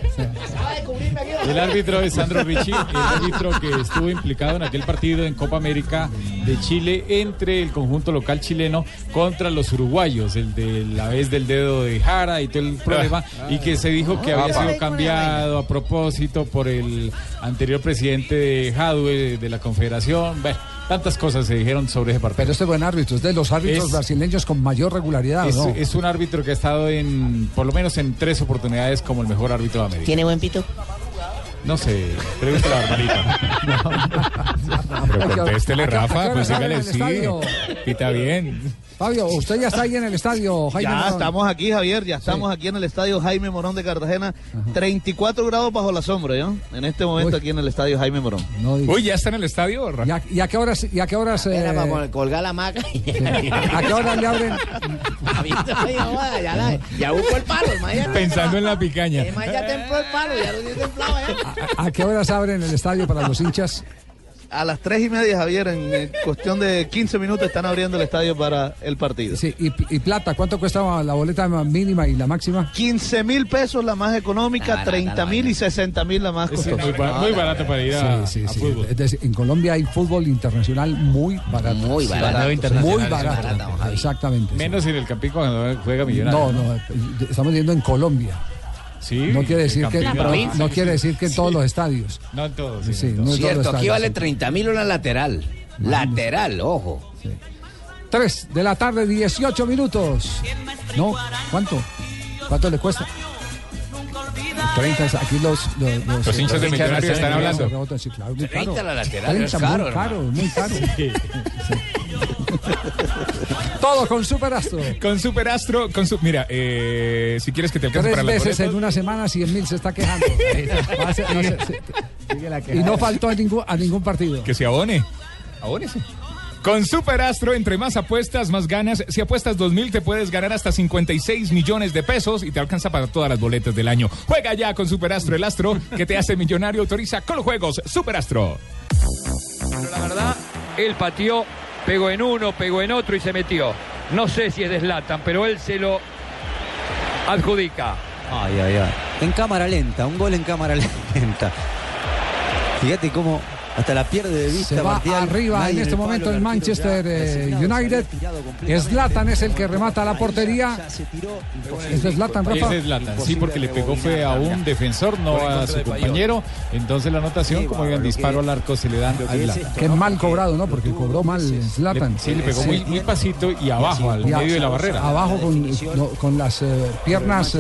El árbitro es Sandro Ricci, el árbitro que estuvo implicado en aquel partido en Copa América de Chile entre el conjunto local chileno contra los uruguayos, el de la vez del dedo de Jara y todo el problema, y que se dijo que había sido cambiado a propósito por el anterior presidente de Jadwe, de la Confederación. Bueno, tantas cosas se dijeron sobre ese partido. Pero este buen árbitro es de los árbitros brasileños con mayor regularidad, ¿no? Es un árbitro que ha estado por lo menos en 3 oportunidades como el mejor árbitro de América. ¿Tiene buen pito? No sé, pregúntale a Barbarita. Pero contéstele, Rafa, pues dígale sí. Pita bien. Fabio, usted ya está ahí en el estadio Jaime Ya Morón. estamos aquí, Javier, ya estamos aquí en el estadio Jaime Morón de Cartagena. 34 grados bajo la sombra, ¿ya? En este momento aquí en el estadio Jaime Morón. Uy, ¿ya está en el estadio? ¿Y a qué horas? Era para colgar la maca. ¿A qué hora le abren? Ya buscó el palo, el maíz. Pensando en la picaña. El maíz ya templó el palo, ya lo tiene templado. ¿A qué horas abren el estadio para los hinchas? A las 3:30, Javier, en cuestión de 15 minutos están abriendo el estadio para el partido. Sí, y plata, ¿cuánto cuesta la boleta mínima y la máxima? 15.000 pesos la más económica, 30.000 y 60.000 la más costosa. Muy barato para ir a fútbol. Es decir, en Colombia hay fútbol internacional muy barato. Muy barato. Muy barato. Exactamente. Menos en el Campico cuando juega Millonarios. No, estamos viendo en Colombia. Sí, no quiere decir que no quiere decir que en todos los estadios. No en todos. Sí, no en cierto, todos los aquí vale estadios. 30.000 una lateral. Lateral, ojo. Sí. 3 de la tarde, 18 minutos. ¿No? ¿Cuánto le cuesta? 30, aquí los hinchas de Millonarios están hablando. Sí, claro, muy 30 caro. la lateral, 30, es caro, muy caro. Sí. Todo con Superastro. Con Superastro, mira, si quieres que te alcance 3 para las veces boletas. en una semana 100.000 se está quejando. Y no faltó a ningún partido. Que se abone. Abónese. Con Superastro, entre más apuestas, más ganas. Si apuestas 2.000, te puedes ganar hasta 56 millones de pesos y te alcanza para todas las boletas del año. Juega ya con Superastro, el astro que te hace millonario. Autoriza con los juegos. Superastro. Pero la verdad, él pateó Pegó en uno, pegó en otro y se metió. No sé si es de Zlatan, pero él se lo adjudica. Ay, ay, ay. En cámara lenta, un gol en cámara lenta. Fíjate cómo hasta la pierde de vista. Se va Martial. arriba Nadie en este momento el Manchester United. Zlatan es el que remata la portería. ¿Es Zlatan, Rafa? Es Zlatan, sí, porque le pegó fue a un defensor, no a su compañero. Entonces la anotación, como digan, disparo al arco se le dan a Zlatan. Que mal cobrado, ¿no? Porque cobró mal Zlatan. Sí, le pegó muy pasito y abajo, al medio de la barrera. Abajo con las piernas,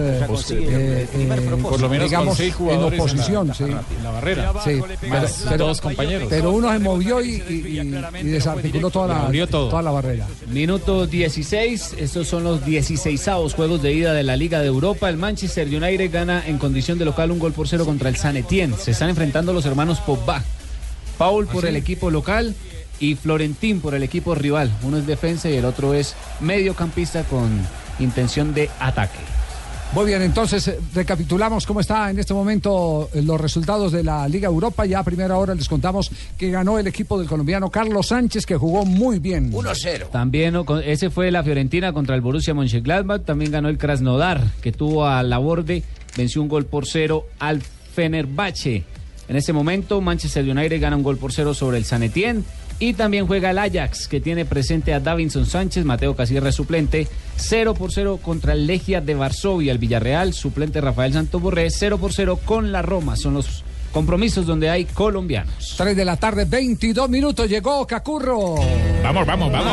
por lo menos digamos, con 6 jugadores en oposición, sí. En la barrera. Sí, pero dos compañeros. Pero uno se movió y desarticuló toda la barrera. Minuto 16, estos son los 16avos juegos de ida de la Liga de Europa. El Manchester United gana en condición de local 1-0 contra el Saint Etienne. Se están enfrentando los hermanos Pogba. Paul por el equipo local y Florentín por el equipo rival. Uno es defensa y el otro es mediocampista con intención de ataque. Muy bien, entonces recapitulamos cómo está en este momento los resultados de la Liga Europa. Ya a primera hora les contamos que ganó el equipo del colombiano Carlos Sánchez, que jugó muy bien. 1-0. También ese fue la Fiorentina contra el Borussia Mönchengladbach. También ganó el Krasnodar, que tuvo a Laborde, venció 1-0 al Fenerbahce. En este momento Manchester United gana 1-0 sobre el Saint Etienne. Y también juega el Ajax, que tiene presente a Davinson Sánchez, Mateo Casierra suplente, 0-0 contra el Legia de Varsovia. El Villarreal, suplente Rafael Santos Borré, 0-0 con la Roma. Son los compromisos donde hay colombianos. 3 de la tarde, 22 minutos, llegó Cacurro. Vamos.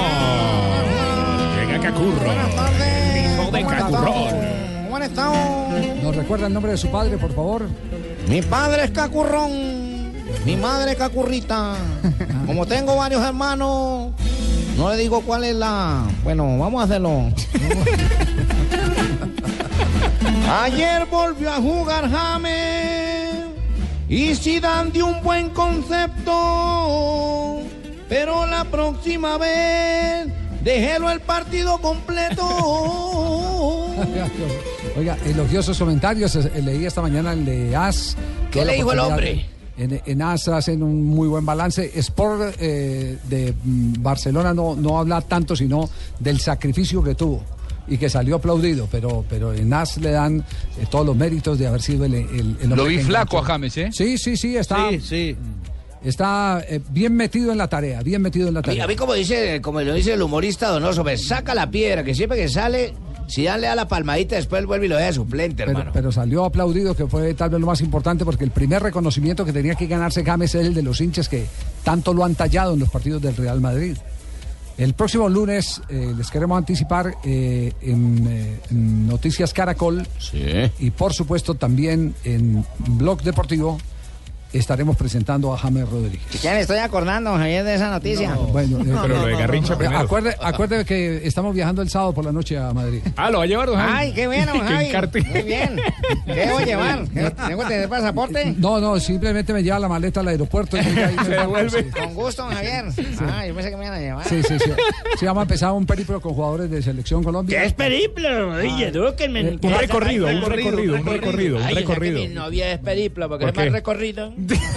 Llega Cacurro. Buenas tardes. Hijo de Cacurrón. ¿Cómo han estado? ¿Nos recuerda el nombre de su padre, por favor? Mi padre es Cacurrón. Mi madre Cacurrita. Como tengo varios hermanos, no le digo cuál es la... Bueno, vamos a hacerlo. Ayer volvió a jugar James y Zidane dio un buen concepto, pero la próxima vez déjelo el partido completo. Oiga, elogiosos comentarios. Leí esta mañana el de AS. ¿Qué le dijo el hombre? En AS hacen un muy buen balance. Sport de Barcelona no habla tanto, sino del sacrificio que tuvo y que salió aplaudido, pero en AS le dan todos los méritos de haber sido el hombre. Lo vi flaco a James, ¿eh? Sí, está. Sí. Está bien metido en la tarea, A mí como lo dice el humorista Donoso, me saca la piedra, que siempre que sale, si le da la palmadita, después vuelve y lo deja de suplente, hermano. Pero salió aplaudido, que fue tal vez lo más importante, porque el primer reconocimiento que tenía que ganarse James es el de los hinchas que tanto lo han tallado en los partidos del Real Madrid. El próximo lunes les queremos anticipar en Noticias Caracol, sí, y por supuesto también en Blog Deportivo estaremos presentando a James Rodríguez. Ya me estoy acordando, Javier, de esa noticia. Pero lo de Garrincha primero. Acuerde que estamos viajando el sábado por la noche a Madrid. Lo va a llevar, don Javi. Ay, qué bueno, Javi. Muy bien. ¿Qué debo llevar? ¿Tengo que tener pasaporte? No, simplemente me lleva la maleta al aeropuerto y ahí se devuelve. Con gusto, Javier. Yo pensé que me iban a llevar. Sí. Sí, vamos a empezar un periplo con jugadores de Selección Colombia. ¿Qué es periplo? Un recorrido. Ay, que mi novia es periplo, porque es más recorrido.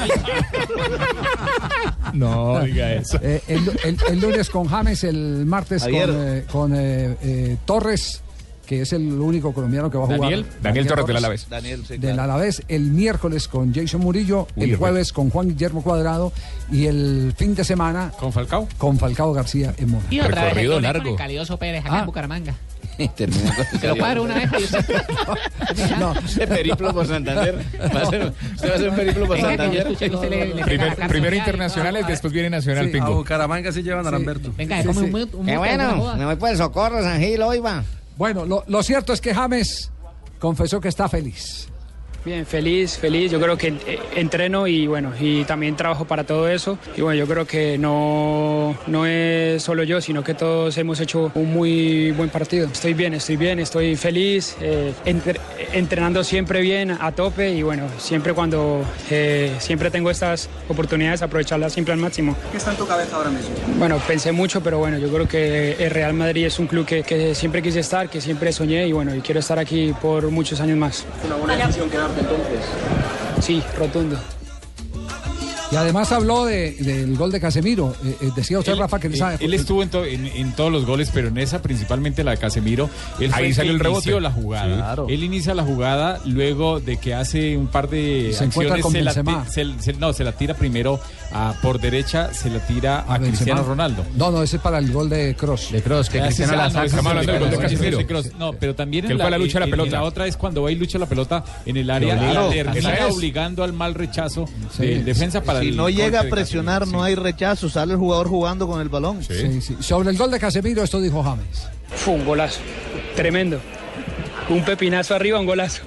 No diga eso. El lunes con James, el martes con Torres, que es el único colombiano que va a jugar. Daniel Torres del Alavés. Del Alavés. El miércoles con Jason Murillo. El jueves con Juan Guillermo Cuadrado. Y el fin de semana con Falcao. Con Falcao García en Mónaco. Y otra recorrido vez largo. Con el Calioso Pérez acá en Bucaramanga. Se lo cuadro una vez. Ese periplo por Santander. ¿Usted va a hacer un periplo por Santander? Primero internacionales, después viene Nacional, Pingo. A Bucaramanga se llevan a Lamberto. Venga, come un qué bueno, me voy por el Socorro, San Gil, hoy va. Bueno, lo cierto es que James confesó que está feliz. Bien, feliz. Yo creo que entreno y también trabajo para todo eso. Y bueno, yo creo que no es solo yo, sino que todos hemos hecho un muy buen partido. Estoy bien, estoy feliz, entrenando siempre bien, a tope y bueno, siempre siempre tengo estas oportunidades, aprovecharlas siempre al máximo. ¿Qué está en tu cabeza ahora mismo? Bueno, pensé mucho, pero bueno, yo creo que el Real Madrid es un club que siempre quise estar, que siempre soñé y bueno, y quiero estar aquí por muchos años más. ¿Es una buena decisión quedarte entonces? Sí, rotundo. Y además habló del gol de Casemiro. Decía usted, Rafa, que él estuvo en todos los goles, pero en esa principalmente la de Casemiro. Ahí salió el rebote. La jugada. Sí, claro. Él inicia la jugada luego de que hace un par de acciones. Se la tira primero por derecha, se la tira a Cristiano Ronaldo. No, ese es para el gol de Kroos. De Kroos, que Cristiano la saca. Estamos hablando del gol de Casemiro. No, pero también en la lucha de la pelota. La otra es cuando va y lucha la pelota en el área, termina obligando al mal rechazo de defensa para si no llega a presionar, no hay rechazo, sale el jugador jugando con el balón. Sí. Sobre el gol de Casemiro, esto dijo James. Fue un golazo, tremendo. Un pepinazo arriba, un golazo.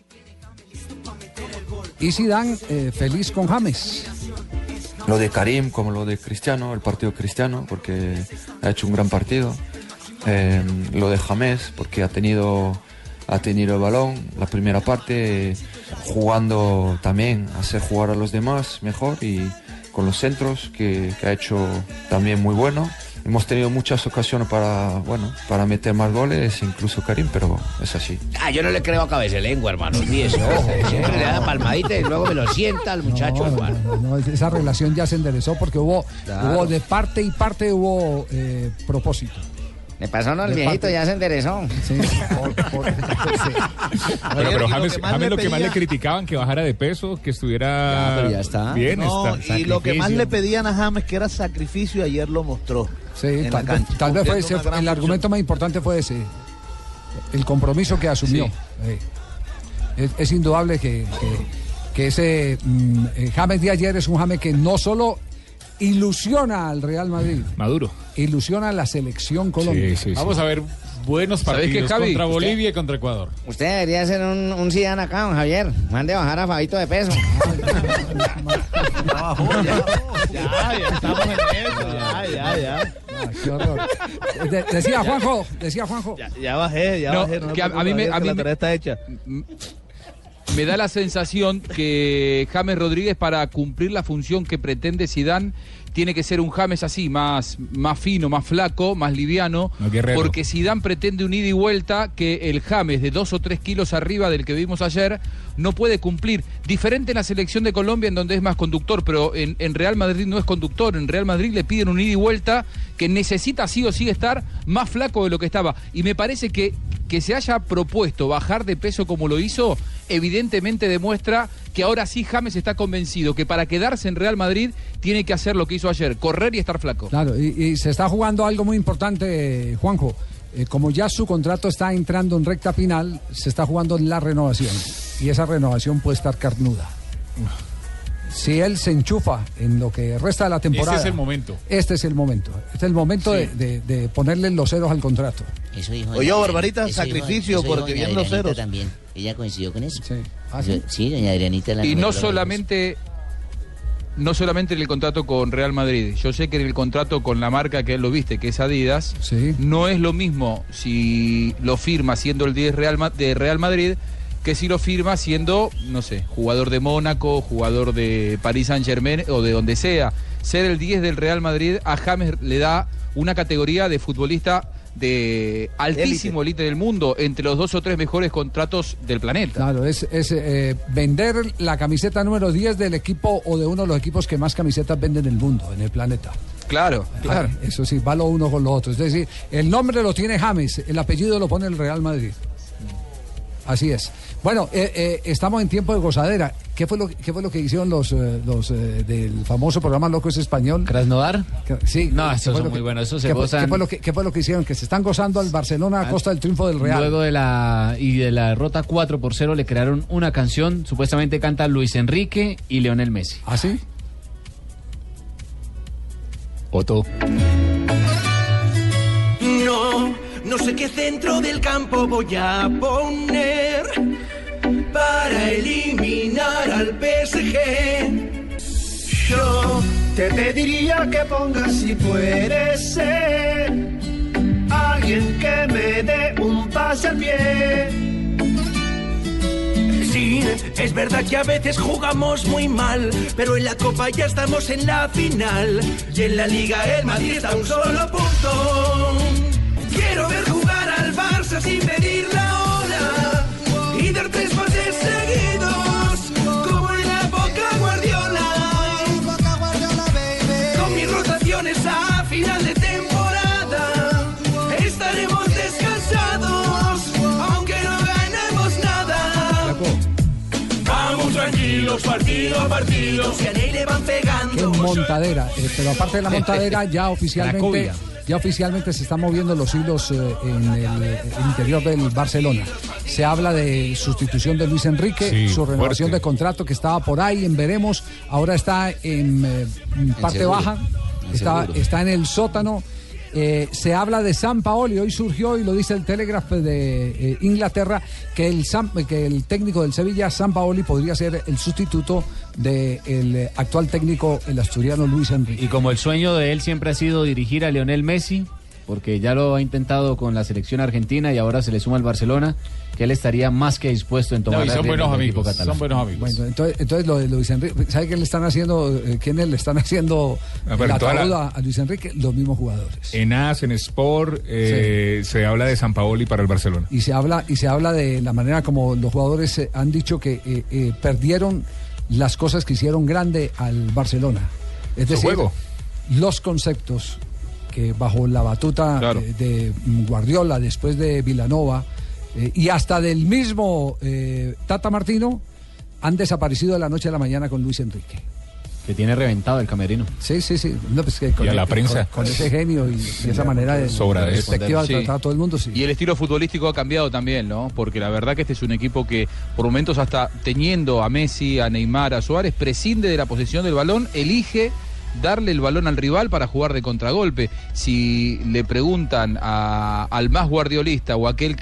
Y Zidane feliz con James. Lo de Karim como lo de Cristiano, el partido Cristiano, porque ha hecho un gran partido. Lo de James, porque ha tenido el balón, la primera parte, jugando también, hacer jugar a los demás mejor y con los centros que ha hecho también muy bueno. Hemos tenido muchas ocasiones para meter más goles, incluso Karim, pero es así. Yo no le creo a Cabezalengua, hermano. Olvídese, ojo. Siempre le da palmadita y luego me lo sienta al muchacho, hermano. No, esa relación ya se enderezó porque hubo de parte y parte hubo propósito. Me pasó, el viejito ya se enderezó. Sí. Pero James lo que más le criticaban, que bajara de peso, que estuviera pero ya está. Bien. Y lo que más le pedían a James, que era sacrificio, ayer lo mostró. Sí, tal vez fue ese, el argumento más importante fue ese, el compromiso que asumió. Sí. Es indudable que ese James de ayer es un James que no solo ilusiona al Real Madrid. Maduro. Ilusiona a la selección Colombia. Sí. Vamos a ver buenos partidos contra Bolivia y contra Ecuador. Usted debería hacer un Zidane acá, don Javier. Mande bajar a Fabito de peso. Ya estamos en eso. Ya. Qué horror. Decía Juanjo. Ya bajé. A mí la tarea está hecha. Me da la sensación que James Rodríguez, para cumplir la función que pretende Zidane, tiene que ser un James así, más fino, más flaco, más liviano, porque Zidane pretende un ida y vuelta que el James de 2 o 3 kilos arriba del que vimos ayer no puede cumplir. Diferente en la selección de Colombia, en donde es más conductor, pero en Real Madrid no es conductor. En Real Madrid le piden un ida y vuelta que necesita sí o sí estar más flaco de lo que estaba. Y me parece que se haya propuesto bajar de peso como lo hizo, evidentemente demuestra que ahora sí James está convencido que para quedarse en Real Madrid tiene que hacer lo que hizo ayer, correr y estar flaco. Claro, y se está jugando algo muy importante, Juanjo. Como ya su contrato está entrando en recta final, se está jugando la renovación. Y esa renovación puede estar carnuda. Si él se enchufa en lo que resta de la temporada... Este es el momento. Este es el momento sí. de ponerle los ceros al contrato. Eso dijo Oye, Barbarita, sacrificio porque vienen los ceros. También. Ella coincidió con eso. Sí. Sí, doña Adrianita. Y no solamente en el contrato con Real Madrid. Yo sé que en el contrato con la marca que él lo viste, que es Adidas, sí. No es lo mismo si lo firma siendo el 10 de Real Madrid que si lo firma siendo, no sé, jugador de Mónaco, jugador de Paris Saint-Germain o de donde sea. Ser el 10 del Real Madrid a James le da una categoría de futbolista de altísimo élite del mundo, entre los 2 o 3 mejores contratos del planeta. Claro, es vender la camiseta número 10 del equipo o de uno de los equipos que más camisetas venden en el mundo, en el planeta. Claro. Eso sí, va lo uno con lo otro. Es decir, el nombre lo tiene James, el apellido lo pone el Real Madrid. Así es. Bueno, estamos en tiempo de gozadera. ¿Qué fue lo que hicieron los del famoso programa Loco es Español? ¿Krasnodar? Sí. No, estos son muy buenos. Eso se gozan. ¿Qué fue lo que hicieron? Que se están gozando al Barcelona a costa del triunfo del Real. Luego de la derrota 4-0 le crearon una canción. Supuestamente canta Luis Enrique y Lionel Messi. ¿Ah, sí? Otto. No sé qué centro del campo voy a poner para eliminar al PSG. Yo te pediría que pongas, si puede ser, alguien que me dé un pase al pie. Sí, es verdad que a veces jugamos muy mal, pero en la Copa ya estamos en la final. Y en la Liga el Madrid está a un solo punto. Quiero ver jugar al Barça sin pedir la hora y dar 3 pases seguidos como en la época Guardiola. partido a partido, Cianey le van pegando. Qué montadera, pero aparte de la montadera, ya oficialmente se están moviendo los hilos en el interior del Barcelona. Se habla de sustitución de Luis Enrique, su renovación de contrato que estaba por ahí en veremos, ahora está en parte baja, está en el sótano. Se habla de Sampaoli, hoy surgió y lo dice el Telegraph de Inglaterra, que el técnico del Sevilla, Sampaoli, podría ser el sustituto del actual técnico, el asturiano Luis Enrique. Y como el sueño de él siempre ha sido dirigir a Lionel Messi, porque ya lo ha intentado con la selección argentina y ahora se le suma al Barcelona, que él estaría más que dispuesto en tomar son buenos amigos, son buenos amigos. Bueno, entonces lo de Luis Enrique, ¿sabe qué le están haciendo? ¿Quiénes le están haciendo la taruda a Luis Enrique? Los mismos jugadores. En AS, en Sport, se habla de Sampaoli para el Barcelona. Y se habla de la manera como los jugadores han dicho que perdieron las cosas que hicieron grande al Barcelona. Es decir, juego. Los conceptos que bajo la batuta de Guardiola, después de Vilanova, y hasta del mismo Tata Martino, han desaparecido de la noche a la mañana con Luis Enrique. Que tiene reventado el camerino. Sí. No, pues que y a la prensa. Con ese genio y esa manera de perspectiva de tratar a todo el mundo, sí. Y el estilo futbolístico ha cambiado también, ¿no? Porque la verdad que este es un equipo que, por momentos, hasta teniendo a Messi, a Neymar, a Suárez, prescinde de la posesión del balón, elige darle el balón al rival para jugar de contragolpe. Si le preguntan al más guardiolista o aquel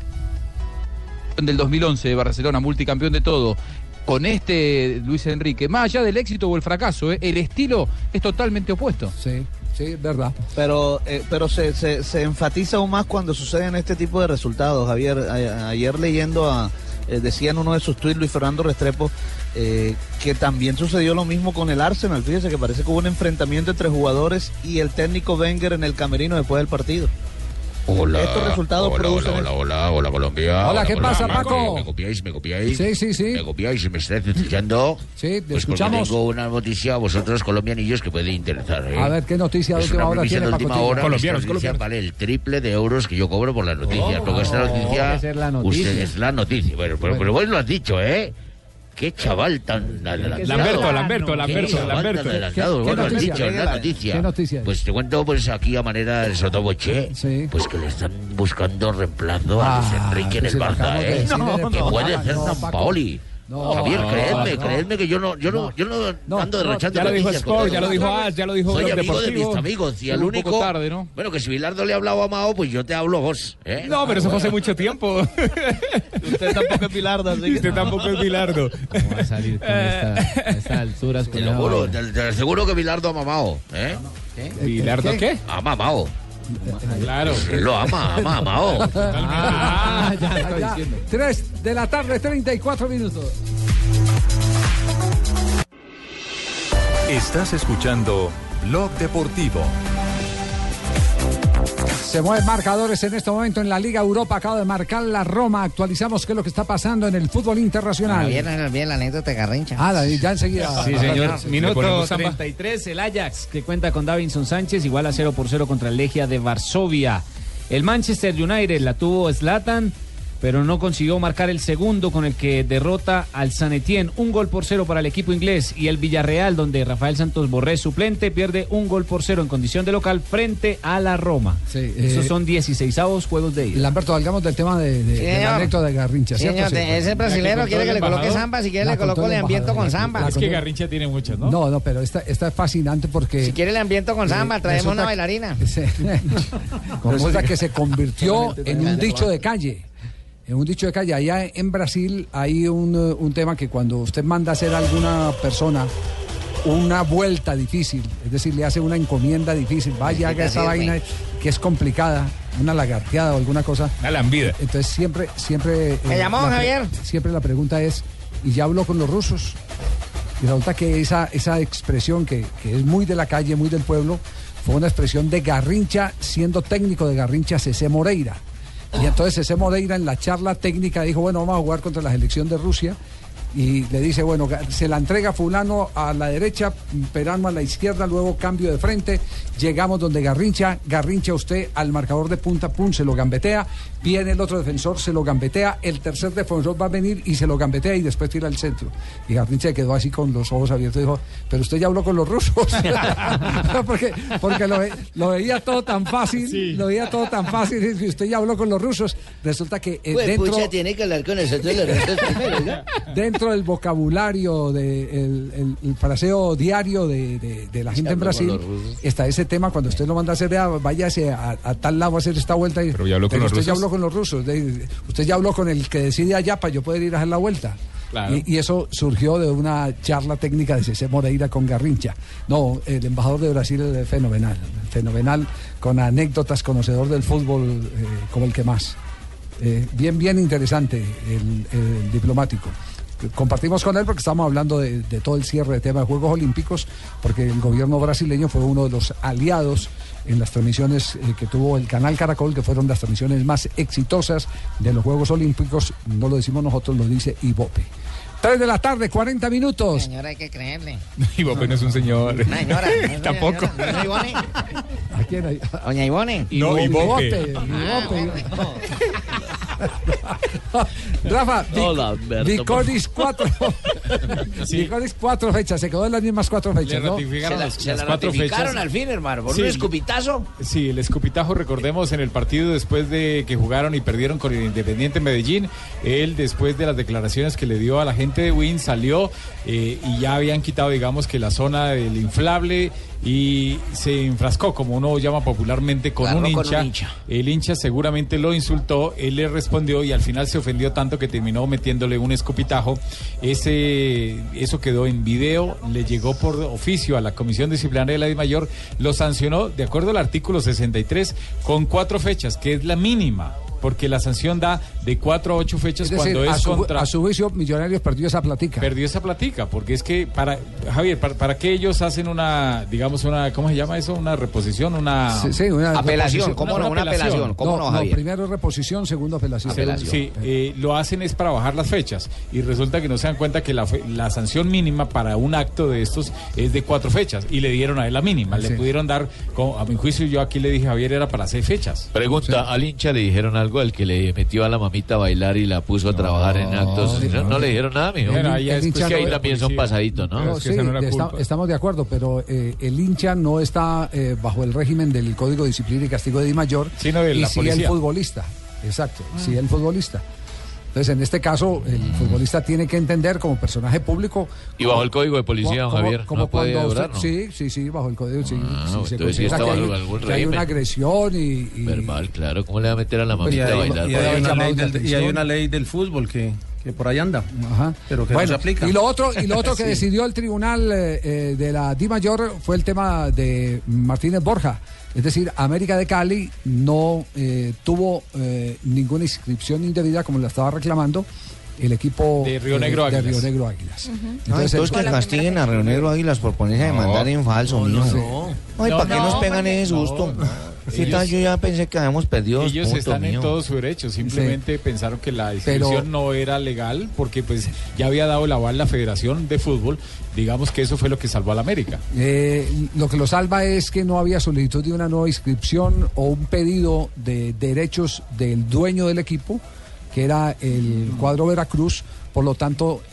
del 2011 de Barcelona, multicampeón de todo, con este Luis Enrique, más allá del éxito o el fracaso, el estilo es totalmente opuesto. Sí, verdad. Pero se enfatiza aún más cuando suceden este tipo de resultados, Javier. Ayer leyendo decía en uno de sus tweets Luis Fernando Restrepo que también sucedió lo mismo con el Arsenal. Fíjese que parece que hubo un enfrentamiento entre jugadores y el técnico Wenger en el camerino después del partido. Hola, estos resultados hola Colombia. Hola, ¿qué pasa, Paco? ¿Me copiáis? Sí. ¿Me copiáis y me estáis escuchando? Sí, te pues escuchamos. Tengo una noticia a vosotros, colombianillos, que puede interesar. A ver, ¿qué noticia de última hora tiene, Paco? Colombianos. Vale el triple de euros que yo cobro por las noticias. Porque esta noticia, usted es la noticia. Pero vos lo has dicho, ¿eh? Qué chaval tan adelantado. Lamberto. Adelantado. Bueno, has dicho en la noticia. ¿Qué noticia? Pues te cuento, pues aquí a manera de sotoboche, pues que le están buscando reemplazo a Luis Enrique en el Barça, ¿eh? Que puede hacer Sampaoli. No, Javier, creedme que yo no ando derrochando. Ya lo dijo Sport, ya lo dijo AS, ya lo dijo Soy amigo Deportivo. de mis amigos y al único tarde, ¿no? Bueno, que si Bilardo le ha hablado a Mao, pues yo te hablo a vos, ¿eh? No, pero eso fue hace mucho tiempo. Usted tampoco es Bilardo, así que... Usted tampoco es Bilardo. ¿Cómo va a salir con estas alturas? Te lo juro, te aseguro que Bilardo ama a Mao, ¿eh? ¿Bilardo qué? Ama a Mao. Claro. Lo ama a Mao. Ya. 3 de la tarde, 34 minutos. Estás escuchando Blog Deportivo. Se mueven marcadores en este momento en la Liga Europa. Acaba de marcar la Roma. Actualizamos qué es lo que está pasando en el fútbol internacional. Bien la anécdota de Garrincha. Ya enseguida. Sí, señor. Minuto 33. El Ajax, que cuenta con Davinson Sánchez, igual a 0-0 contra el Legia de Varsovia. El Manchester United la tuvo Zlatan, pero no consiguió marcar el segundo, con el que derrota al San Etienne. 1-0 para el equipo inglés. Y el Villarreal, donde Rafael Santos Borré, suplente, pierde 1-0 en condición de local frente a la Roma. Sí, esos son 16avos juegos de ida. Lamberto, hablamos del tema de la anécdota de Garrincha, ¿cierto? Señor, ese brasilero quiere que le coloque samba, si quiere le coloco el ambiento con samba. Es que Garrincha tiene muchos, ¿no? No, pero esta es fascinante porque... Si quiere el ambiento con samba, traemos una bailarina. Resulta que se convirtió en un dicho de calle. En un dicho de calle, allá en Brasil hay un tema que cuando usted manda a hacer a alguna persona una vuelta difícil, es decir, le hace una encomienda difícil, vaya, haga esa vaina que es complicada, una lagarteada o alguna cosa. Una lambida. Entonces siempre... ¿Me llamó, Javier? Siempre la pregunta es, ¿y ya habló con los rusos? Y resulta que esa expresión que es muy de la calle, muy del pueblo, fue una expresión de Garrincha, siendo técnico de Garrincha Cecé Moreira. Y entonces Cecé Moreira en la charla técnica dijo, bueno, vamos a jugar contra la selección de Rusia y le dice, bueno, se la entrega fulano a la derecha, Perano a la izquierda, luego cambio de frente, llegamos donde Garrincha usted al marcador de punta, pum, se lo gambetea, viene el otro defensor, se lo gambetea, el tercer defensor va a venir y se lo gambetea y después tira al centro. Y Garrincha quedó así con los ojos abiertos y dijo, pero usted ya habló con los rusos. porque lo veía todo tan fácil, y usted ya habló con los rusos. Resulta que pucha, tiene que hablar con nosotros los rusos primero, ¿no? Dentro del vocabulario el fraseo diario de la gente en Brasil está ese tema, cuando usted lo manda a hacer, váyase a tal lado a hacer esta vuelta. Pero ya habló con los usted rusos. Ya habló con los rusos. Usted ya habló con el que decide allá para yo poder ir a hacer la vuelta. Claro. Y eso surgió de una charla técnica de César Moreira con Garrincha. No, el embajador de Brasil es fenomenal, con anécdotas, conocedor del fútbol como el que más. Bien interesante el diplomático. Compartimos con él porque estamos hablando de todo el cierre de tema de Juegos Olímpicos, porque el gobierno brasileño fue uno de los aliados en las transmisiones que tuvo el canal Caracol, que fueron las transmisiones más exitosas de los Juegos Olímpicos. No lo decimos nosotros, lo dice Ibope. 3 de la tarde, 40 minutos. Señora, hay que creerle. Ibope no es un señor. Una señora. Tampoco. ¿No Ivone? ¿A quién hay? Doña Ivone. No, Ibope. Rafa, Vicoris 4. Vicoris 4 fechas, se quedó en las mismas 4 fechas, ¿no? Se la ratificaron al fin, hermano, por un escupitazo. Sí, el escupitajo, recordemos, en el partido después de que jugaron y perdieron con el Independiente Medellín, él después de las declaraciones que le dio a la gente de Win salió y ya habían quitado, digamos, que la zona del inflable y se enfrascó, como uno llama popularmente, con un hincha. El hincha seguramente lo insultó, él le respondió y al final se ofendió tanto que terminó metiéndole un escupitajo. Eso quedó en video, le llegó por oficio a la Comisión Disciplinaria de la DIMAYOR, lo sancionó de acuerdo al artículo 63 con 4 fechas, que es la mínima, porque la sanción da de 4 a 8 fechas, es decir, cuando es contra... A su juicio, Millonarios perdió esa platica. Perdió esa platica, porque es que, Javier, ¿para qué ellos hacen una, digamos, ¿cómo se llama eso? Una reposición, una... Sí, una apelación, ¿cómo no? Una apelación, ¿cómo no, Javier? Primero reposición, segundo apelación. Sí, lo hacen es para bajar las fechas, y resulta que no se dan cuenta que la sanción mínima para un acto de estos es de 4 fechas, y le dieron a él la mínima, le pudieron dar, a mi juicio, yo aquí le dije a Javier, era para 6 fechas. Pregunta, ¿al hincha le dijeron algo al que le metió a la mamita a bailar y la puso a trabajar en actos? No le dijeron nada, mijo. Es que ahí también son pasaditos, ¿no? Sí, estamos de acuerdo, pero el hincha no está bajo el régimen del Código de Disciplina y Castigo de DIMAYOR, sino de la policía. El futbolista. Exacto, sí, el futbolista. Entonces, en este caso, el futbolista tiene que entender como personaje público... Y bajo el Código de Policía, don Javier, no puede durar, ¿no? Sí, bajo el Código, sí. Entonces sí está bajo algún régimen. Hay una agresión y... Verbal, claro. ¿Cómo le va a meter a la mamita a bailar? Y hay una ley del fútbol que por ahí anda. Ajá. Pero que no se aplica. Y lo otro que decidió el tribunal de la DIMAYOR fue el tema de Martínez Borja. Es decir, América de Cali no tuvo ninguna inscripción indebida como la estaba reclamando el equipo de Río Negro Águilas. Entonces que castiguen a Río Negro Águilas por ponerse a demandar en falso, mijo. ¿Para qué nos pegan ese susto? Yo ya pensé que habíamos perdido. Ellos están en todo su derecho, simplemente pensaron que la inscripción no era legal porque pues ya había dado el aval la Federación de Fútbol. Digamos que eso fue lo que salvó a la América. Lo que lo salva es que no había solicitud de una nueva inscripción o un pedido de derechos del dueño del equipo, que era el cuadro Veracruz. Por lo tanto,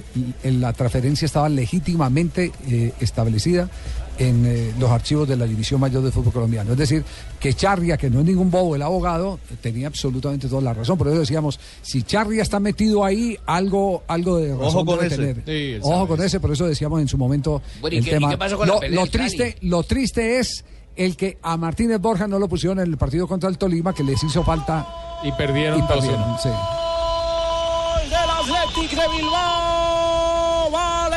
la transferencia estaba legítimamente establecida en los archivos de la División Mayor de Fútbol Colombiano. Es decir, que Charria, que no es ningún bobo, el abogado, tenía absolutamente toda la razón. Por eso decíamos, si Charria está metido ahí, algo de razón ojo con debe ese. tener. Sí, ojo con ese, por eso decíamos en su momento el tema. ¿Y qué pasó con la pelea lo triste es el que a Martínez Borja no lo pusieron en el partido contra el Tolima, que les hizo falta. Y perdieron. Sí. Athletic de Bilbao,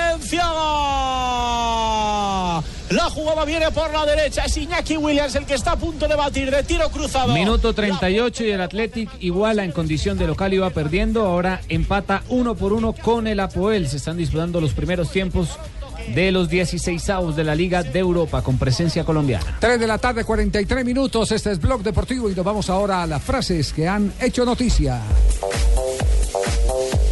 Valenciaga. La jugada viene por la derecha, es Iñaki Williams el que está a punto de batir de tiro cruzado. Minuto 38 y el Athletic iguala en condición de local, iba perdiendo, ahora empata 1-1 con el Apoel. Se están disputando los primeros tiempos de los 16avos de la Liga de Europa con presencia colombiana. 3 de la tarde, 43 minutos. Este es Blog Deportivo y nos vamos ahora a las frases que han hecho noticia.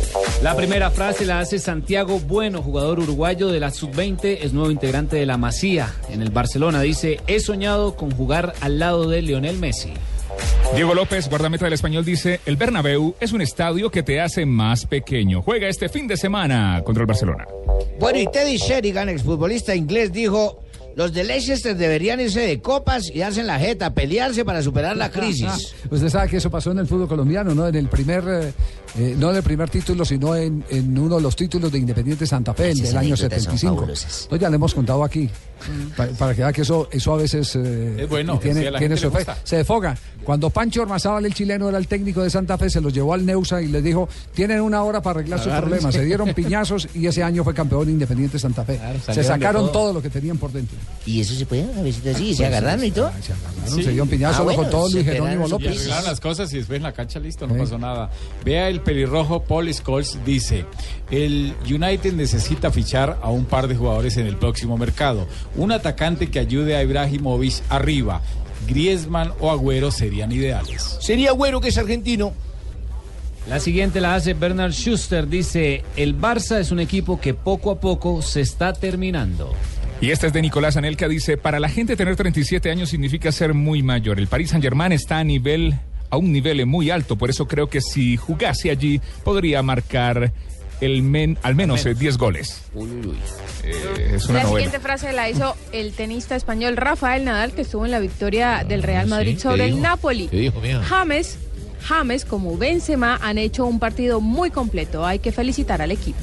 La primera frase la hace Santiago Bueno, jugador uruguayo de la Sub-20, es nuevo integrante de la Masía en el Barcelona. Dice, he soñado con jugar al lado de Lionel Messi. Diego López, guardameta del Español, dice, el Bernabéu es un estadio que te hace más pequeño. Juega este fin de semana contra el Barcelona. Bueno, y Teddy Sheringham, exfutbolista inglés, dijo, los de Leicester deberían irse de copas y darse en la jeta, pelearse para superar la crisis. Usted sabe que eso pasó en el fútbol colombiano, ¿no? En el primer, no en el primer título, sino en uno de los títulos de Independiente Santa Fe, del año 75. No, ya le hemos contado aquí, para que vea que eso a veces es bueno, tiene su efecto. Se desfoga. Cuando Pancho Ormazábal, el chileno, era el técnico de Santa Fe, se los llevó al Neusa y les dijo, tienen una hora para arreglar sus problemas. Se dieron piñazos y ese año fue campeón Independiente Santa Fe. Claro, se sacaron todo lo que tenían por dentro. ¿Y eso se puede? A veces así, se agarraron y todo. Se agarraron, se dio un piñazo con todo Luis Jerónimo López. Se arreglaron las cosas y después en la cancha listo, no pasó nada. Vea el pelirrojo Paul Scholes, dice, el United necesita fichar a un par de jugadores en el próximo mercado. Un atacante que ayude a Ibrahimovic arriba. Griezmann o Agüero serían ideales. Sería Agüero, que es argentino. La siguiente la hace Bernard Schuster, dice, el Barça es un equipo que poco a poco se está terminando. Y esta es de Nicolás Anelka, dice, para la gente tener 37 años significa ser muy mayor. El Paris Saint-Germain está a un nivel muy alto, por eso creo que si jugase allí podría marcar al menos 10 goles. Es una la novela. Siguiente frase la hizo el tenista español Rafael Nadal, que estuvo en la victoria del Real Madrid sobre el Napoli. James, como Benzema, han hecho un partido muy completo. Hay que felicitar al equipo.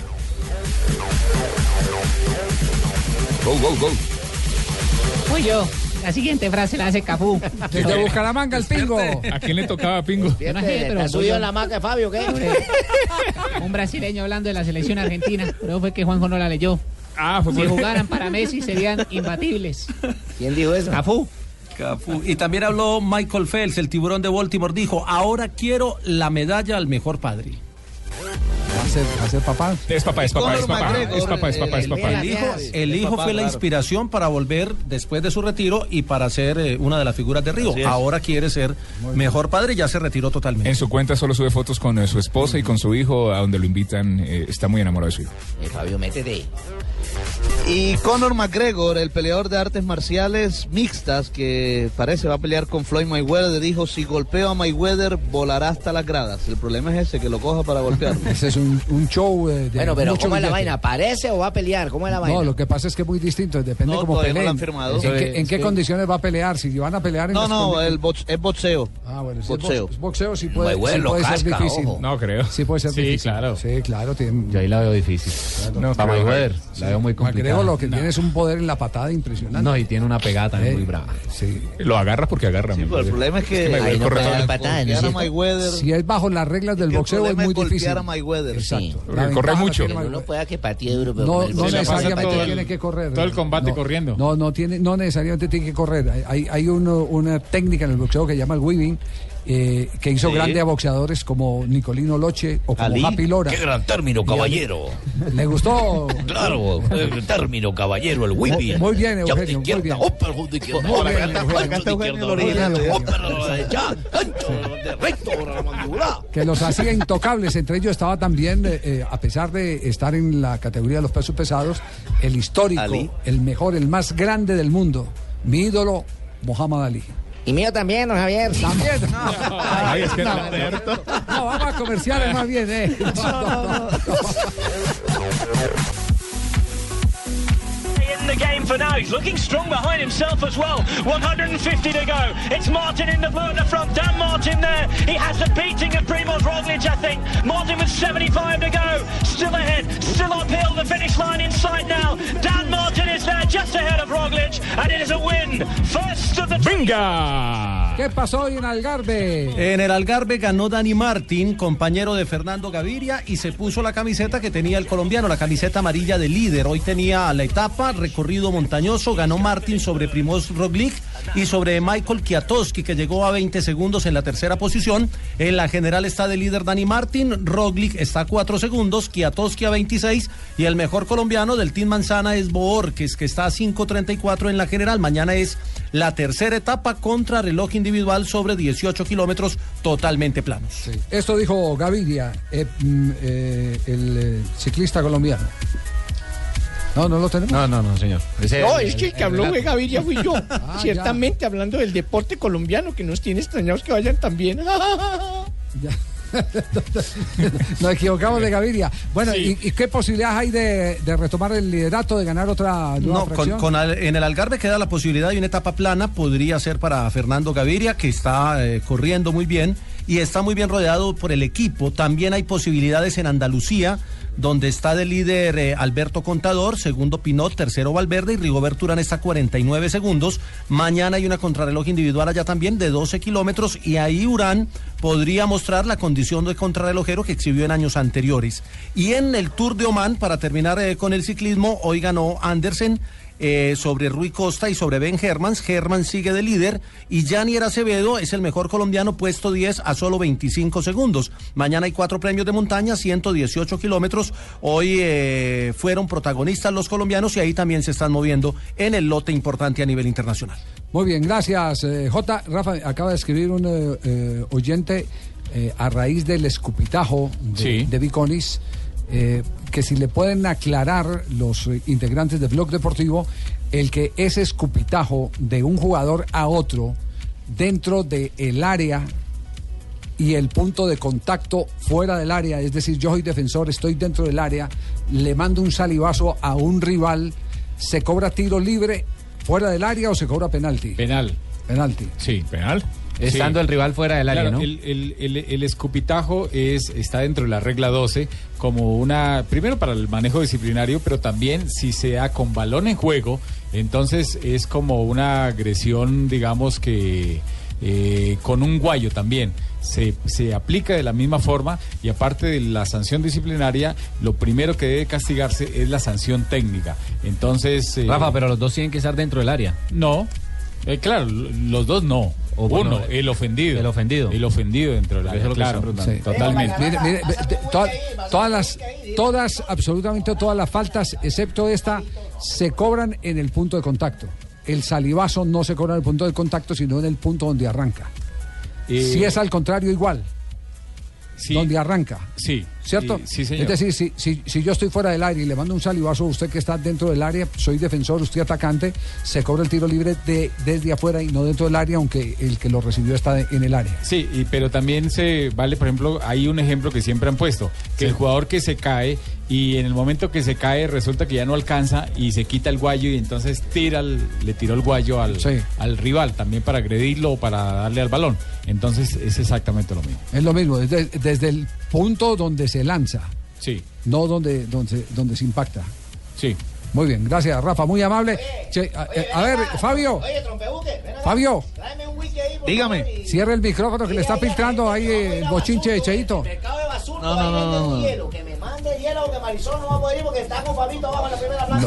Go, go, go. Fui yo. La siguiente frase la hace Cafú. Desde Bucaramanga el Pingo. ¿A quién le tocaba Pingo? ¿Te subió en la maca de Fabio, qué? Un brasileño hablando de la selección argentina, pero fue que Juanjo no la leyó. Si jugaran para Messi serían imbatibles. ¿Quién dijo eso? Cafú. Y también habló Michael Phelps, el tiburón de Baltimore, dijo, ahora quiero la medalla al mejor padre. ¿Va a ser papá? Es papá. El hijo fue la inspiración para volver después de su retiro y para ser una de las figuras de Río. Ahora quiere ser mejor padre, ya se retiró totalmente. En su cuenta solo sube fotos con su esposa y con su hijo, a donde lo invitan. Está muy enamorado de su hijo. Fabio, métete. Y Conor McGregor, el peleador de artes marciales mixtas, que parece va a pelear con Floyd Mayweather, dijo, si golpeo a Mayweather, volará hasta las gradas. El problema es ese, que lo coja para golpear. Ese es un show de bueno, pero mucho ¿cómo es la billete. vaina? ¿Aparece o va a pelear? ¿Cómo es la vaina? No, lo que pasa es que es muy distinto, depende No, cómo todavía no peleen. lo han firmado. ¿En qué condiciones va a pelear? Si van a pelear en No, las es boxeo. Ah, bueno, si boxeo. es boxeo sí puede, Mayweather sí puede ser difícil. ojo. No creo. Sí puede ser difícil. Claro. Sí, claro. Yo ahí la veo difícil. Claro. No, para Mayweather la veo muy complicada. McGregor lo que tiene es un poder en la patada impresionante. No, y tiene una pegada también muy brava. Sí. Lo agarra porque agarra. Sí, pero el problema es que Mayweather corre todo. golpear a Mayweather. Si es bajo las reglas del boxeo es muy difícil. Golpear a Mayweather. Exacto. Porque corre mucho. Uno pueda que patee duro, pero No Se la pasa necesariamente todo tiene que correr. todo el combate corriendo. No necesariamente tiene que correr. Hay una técnica en el boxeo que se llama el weaving, que hizo grandes boxeadores como Nicolino Loche o como Happy Lora. ¡Qué gran término, caballero! ¿Le gustó? Claro, el término, caballero, el whipping. Muy bien, Eugenio, muy bien. Que los hacía intocables, entre ellos estaba también, a pesar de estar en la categoría de los pesos pesados, el histórico, Ali. el mejor, el más grande del mundo, mi ídolo, Muhammad Ali. Y mío también, don Javier. También. Ay, es que No, vamos a comerciales más bien, In the game for now. He's looking strong behind himself as well. 150 to go. It's Martin in the blue at the front. Dan Martin there. He has the beating of Primoz Roglic, I think. Martin with 75 to go. Still ahead. Still uphill. The finish line in sight now. Dan Martin is there just ahead of Roglic. And it is a win. First of the... ¡Venga! ¿Qué pasó hoy en Algarve? En el Algarve ganó Dani Martín, compañero de Fernando Gaviria, y se puso la camiseta que tenía el colombiano, la camiseta amarilla de líder. Hoy tenía la etapa, recorrido montañoso, ganó Martín sobre Primoz Roglic y sobre Michael Kwiatkowski, que llegó a 20 segundos en la tercera posición. En la general está de líder Dani Martín, Roglic está a 4 segundos, Kwiatkowski a 26, y el mejor colombiano del Team Manzana es Boor, que López, que está a 5:34 en la general. Mañana es la tercera etapa contra reloj individual sobre 18 kilómetros totalmente planos. Sí. Esto dijo Gaviria, el ciclista colombiano. No lo tenemos. No, señor. No, es que el que habló de Gaviria fui yo. Ciertamente, hablando del deporte colombiano, que nos tiene extrañados que vayan también. Ya. Nos equivocamos de Gaviria. Bueno, sí. ¿Y qué posibilidades hay de retomar el liderato, de ganar otra nueva fracción? En el Algarve queda la posibilidad de una etapa plana, podría ser para Fernando Gaviria, que está corriendo muy bien y está muy bien rodeado por el equipo. También hay posibilidades en Andalucía, donde está de líder Alberto Contador, segundo Pinot, tercero Valverde y Rigoberto Urán está a 49 segundos. Mañana hay una contrarreloj individual allá también de 12 kilómetros y ahí Urán podría mostrar la condición de contrarrelojero que exhibió en años anteriores. Y en el Tour de Omán, para terminar con el ciclismo, hoy ganó Andersen sobre Rui Costa y sobre Ben Hermans. Hermans sigue de líder y Janier Acevedo es el mejor colombiano, puesto 10 a solo 25 segundos. Mañana hay 4 premios de montaña, 118 kilómetros. Hoy fueron protagonistas los colombianos y ahí también se están moviendo en el lote importante a nivel internacional. Muy bien, gracias, J. Rafa, acaba de escribir un oyente a raíz del escupitajo de Viconis. Que si le pueden aclarar los integrantes de Blog Deportivo el que ese escupitajo de un jugador a otro dentro del área y el punto de contacto fuera del área, es decir, yo soy defensor, estoy dentro del área, le mando un salivazo a un rival, ¿se cobra tiro libre fuera del área o se cobra penalti? Penalti. Sí, penal. Estando el rival fuera del área, claro, ¿no? El escupitajo está dentro de la regla 12 como primero para el manejo disciplinario, pero también si se da con balón en juego, entonces es como una agresión, digamos que con un guayo también. Se aplica de la misma forma y aparte de la sanción disciplinaria, lo primero que debe castigarse es la sanción técnica. Entonces... Rafa, pero los dos tienen que estar dentro del área. No, claro, los dos no. Uno, el ofendido. El ofendido dentro de la área, claro, totalmente. Mire, absolutamente todas las faltas, excepto esta, se cobran en el punto de contacto. El salivazo no se cobra en el punto de contacto, sino en el punto donde arranca. Si es al contrario, igual. Sí, donde arranca. Sí. ¿Cierto? Sí, señor. Es decir, si yo estoy fuera del área y le mando un salivazo a usted que está dentro del área, soy defensor, usted atacante, se cobra el tiro libre desde afuera y no dentro del área, aunque el que lo recibió está en el área. Sí, pero también se vale, por ejemplo, hay un ejemplo que siempre han puesto, que el jugador que se cae y en el momento que se cae resulta que ya no alcanza y se quita el guayo y entonces le tiró el guayo al rival, también para agredirlo o para darle al balón. Entonces es exactamente lo mismo. Es lo mismo, desde el punto donde se lanza. Sí. No donde se impacta. Sí. Muy bien, gracias, Rafa, muy amable. A ver, Fabio. Oye, Trompebuque, Fabio. Tráeme un whisky ahí. Dígame. Cierra el micrófono que le está filtrando ahí el bochinche de Cheito. No. Hielo, que me mande hielo porque Marisol no va a poder ir porque está con Fabito abajo en la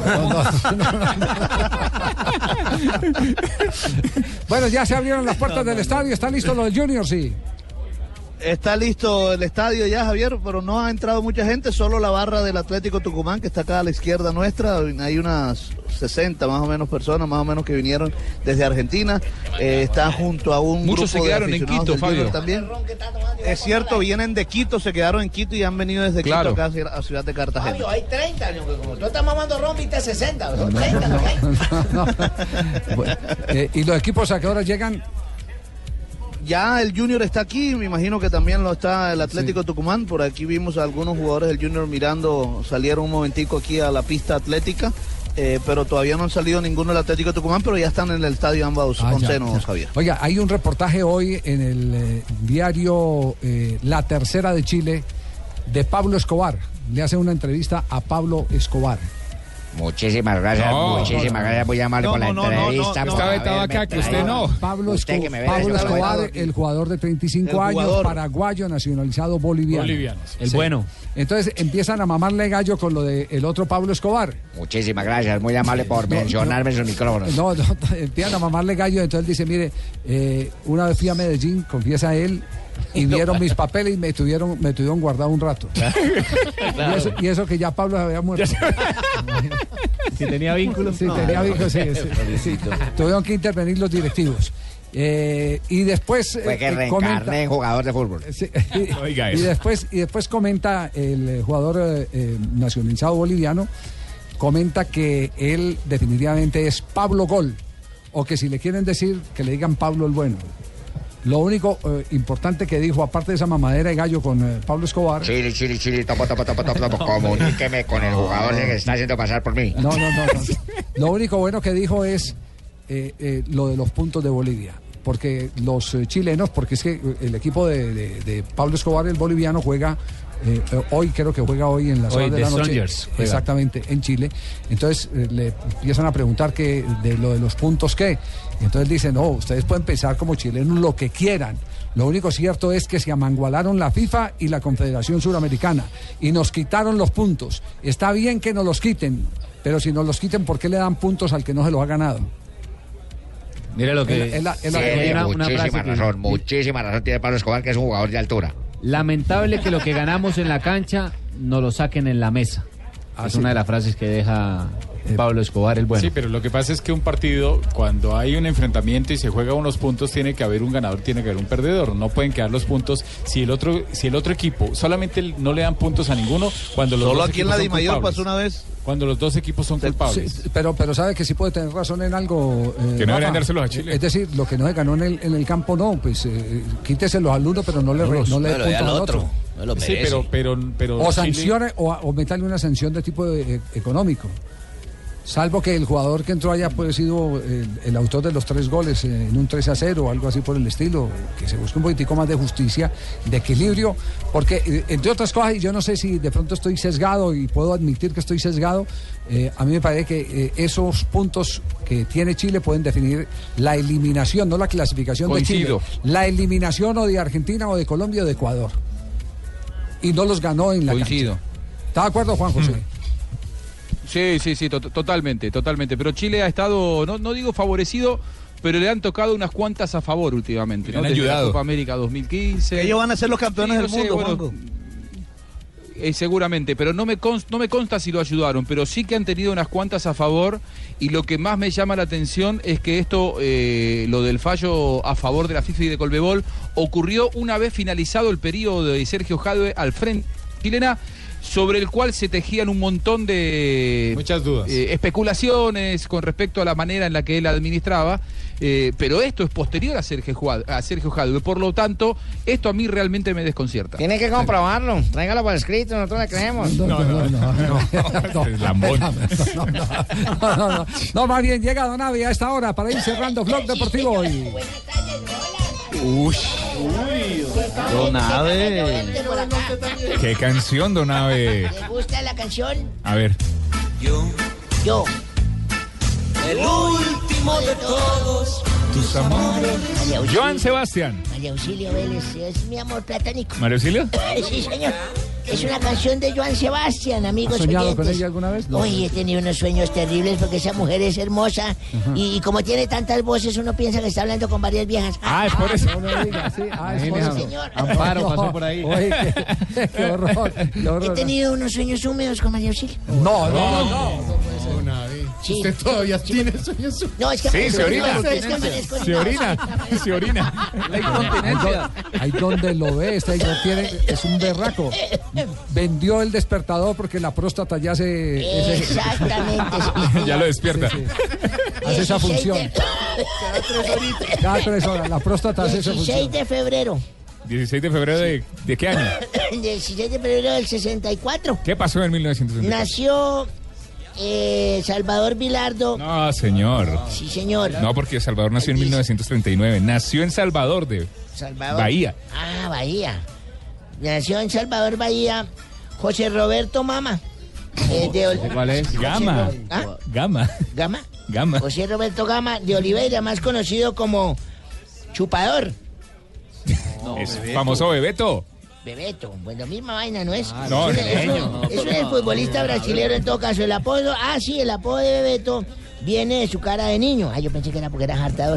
primera planta. Bueno, ya se abrieron las puertas del estadio, ¿está listo lo del Junior? Sí. Está listo el estadio ya, Javier, pero no ha entrado mucha gente, solo la barra del Atlético Tucumán, que está acá a la izquierda nuestra. Hay unas 60 más o menos personas, más o menos, que vinieron desde Argentina. Están junto a un Muchos grupo se quedaron de en Quito, Fabio. También. Es cierto, vienen de Quito, se quedaron en Quito y han venido desde Quito acá a Ciudad de Cartagena. Fabio, hay 30 años, que como tú estás mamando ron, viste 60, son 30 también. Bueno, ¿y los equipos a qué hora llegan? Ya el Junior está aquí, me imagino que también lo está el Atlético Tucumán. Por aquí vimos a algunos jugadores del Junior mirando, salieron un momentico aquí a la pista atlética, pero todavía no han salido ninguno del Atlético Tucumán, pero ya están en el estadio ambos oncenos, Javier. Oiga, hay un reportaje hoy en el diario La Tercera de Chile de Pablo Escobar. Le hace una entrevista a Pablo Escobar. Muchísimas gracias, gracias, muy amable por la entrevista. Está vetado acá, que usted no. Pablo Escobar, el jugador de 35 años, paraguayo, nacionalizado boliviano. El bueno. Entonces empiezan a mamarle gallo con lo del otro Pablo Escobar. Muchísimas gracias, muy amable por mencionarme en sus micrófonos. Empiezan a mamarle gallo, entonces él dice, mire, una vez fui a Medellín, confiesa él, y vieron mis papeles y me tuvieron guardado un rato. Claro. Y eso que ya Pablo se había muerto. Si tenía vínculos. Sí, tenía vínculos, sí. Tuvieron que intervenir los directivos. Y después fue que reencarne en jugador de fútbol. Sí, y después comenta el jugador nacionalizado boliviano, comenta que él definitivamente es Pablo Gol, o que si le quieren decir, que le digan Pablo el Bueno. Lo único importante que dijo, aparte de esa mamadera de gallo con Pablo Escobar... Chile, topo, comuníqueme con el jugador que está haciendo pasar por mí. No. Lo único bueno que dijo es lo de los puntos de Bolivia. Porque los chilenos, porque es que el equipo de Pablo Escobar, el boliviano, juega... hoy, creo que juega hoy en las horas de la noche. Rangers, exactamente, en Chile. Entonces le empiezan a preguntar que de lo de los puntos qué. Y entonces dicen, no, ustedes pueden pensar como chilenos lo que quieran. Lo único cierto es que se amangualaron la FIFA y la Confederación Suramericana y nos quitaron los puntos. Está bien que nos los quiten, pero si nos los quiten, ¿por qué le dan puntos al que no se los ha ganado? Mira lo que... Muchísima razón tiene Pablo Escobar, que es un jugador de altura. Lamentable que lo que ganamos en la cancha no lo saquen en la mesa. Es una de las frases que deja Pablo Escobar, el Bueno. Sí, pero lo que pasa es que un partido, cuando hay un enfrentamiento y se juega unos puntos, tiene que haber un ganador, tiene que haber un perdedor. No pueden quedar los puntos si el otro equipo solamente no le dan puntos a ninguno cuando los solo dos aquí en la Dimayor pasó una vez. Cuando los dos equipos son culpables. Sí, pero sabe que sí puede tener razón en algo. Que no deberían dárselos a Chile. Es decir, lo que no se ganó en el campo, no, pues quíteselos al uno, pero no le dé puntos al otro. Sí, pero o Chile... sancione o métale una sanción de tipo económico. Salvo que el jugador que entró allá puede haber sido el autor de los 3 goles en un 3-0 o algo así por el estilo, que se busque un poquitico más de justicia, de equilibrio, porque entre otras cosas, y yo no sé si de pronto estoy sesgado y puedo admitir que estoy sesgado, a mí me parece que esos puntos que tiene Chile pueden definir la eliminación, no la clasificación de Chile, la eliminación o de Argentina o de Colombia o de Ecuador. Y no los ganó en la cancha. ¿Está de acuerdo, Juan José? Sí, totalmente. Pero Chile ha estado, no digo favorecido, pero le han tocado unas cuantas a favor últimamente. ¿No? Han ayudado. La Copa América 2015. Ellos van a ser los campeones del mundo, bueno, seguramente, pero no me consta si lo ayudaron, pero sí que han tenido unas cuantas a favor, y lo que más me llama la atención es que esto, lo del fallo a favor de la FIFA y de Colbebol, ocurrió una vez finalizado el periodo de Sergio Jadue al frente chilena, sobre el cual se tejían un montón de muchas dudas, especulaciones con respecto a la manera en la que él administraba, pero esto es posterior a Sergio Jadue, por lo tanto esto a mí realmente me desconcierta. Tiene que comprobarlo, tráigalo por escrito, nosotros le creemos. No, más bien llega Don Avi a esta hora para ir cerrando Blog Deportivo hoy. Uy, Don Abe. ¿Qué canción, Don Abe? ¿Le gusta la canción? A ver. Yo. El último de todos tus amores. Joan Sebastián. María Auxilio Vélez, es mi amor platónico. ¿María Auxilio? Sí, señor. Es una canción de Joan Sebastián, amigos. ¿Has soñado oyentes con ella alguna vez? No. Hoy he tenido unos sueños terribles porque esa mujer es hermosa y como tiene tantas voces uno piensa que está hablando con varias viejas. Es por eso. No me digas, sí. Es por eso. Señor. Amparo pasó por ahí. Oye, qué horror. He tenido unos sueños húmedos con María Auxilio. No. Sí. ¿Usted todavía tiene sueños? No, es que sí, se orina. Se orina. La incontinencia. Ahí donde lo ve, es un berraco. Vendió el despertador porque la próstata ya se... Exactamente. Ya lo despierta. Sí. Hace esa función. Cada 3 horas. La próstata hace esa función. 16 de febrero. 16 de febrero de qué año? 16 de febrero del 64. ¿Qué pasó en 1964? Nació Salvador Vilardo. No, señor. Sí, señor. No, porque Salvador nació en 1939. Nació en Salvador Bahía. Ah, Bahía. Nació en Salvador Bahía José Roberto Mama. ¿Cuál es? Gama. Gama. José Roberto Gama de Oliveira, más conocido como Chupador. Es famoso Bebeto. Bebeto, pues la misma vaina, ¿no es? No, es el futbolista brasileño en todo caso. El apodo de Bebeto viene de su cara de niño. Yo pensé que era porque era jartador.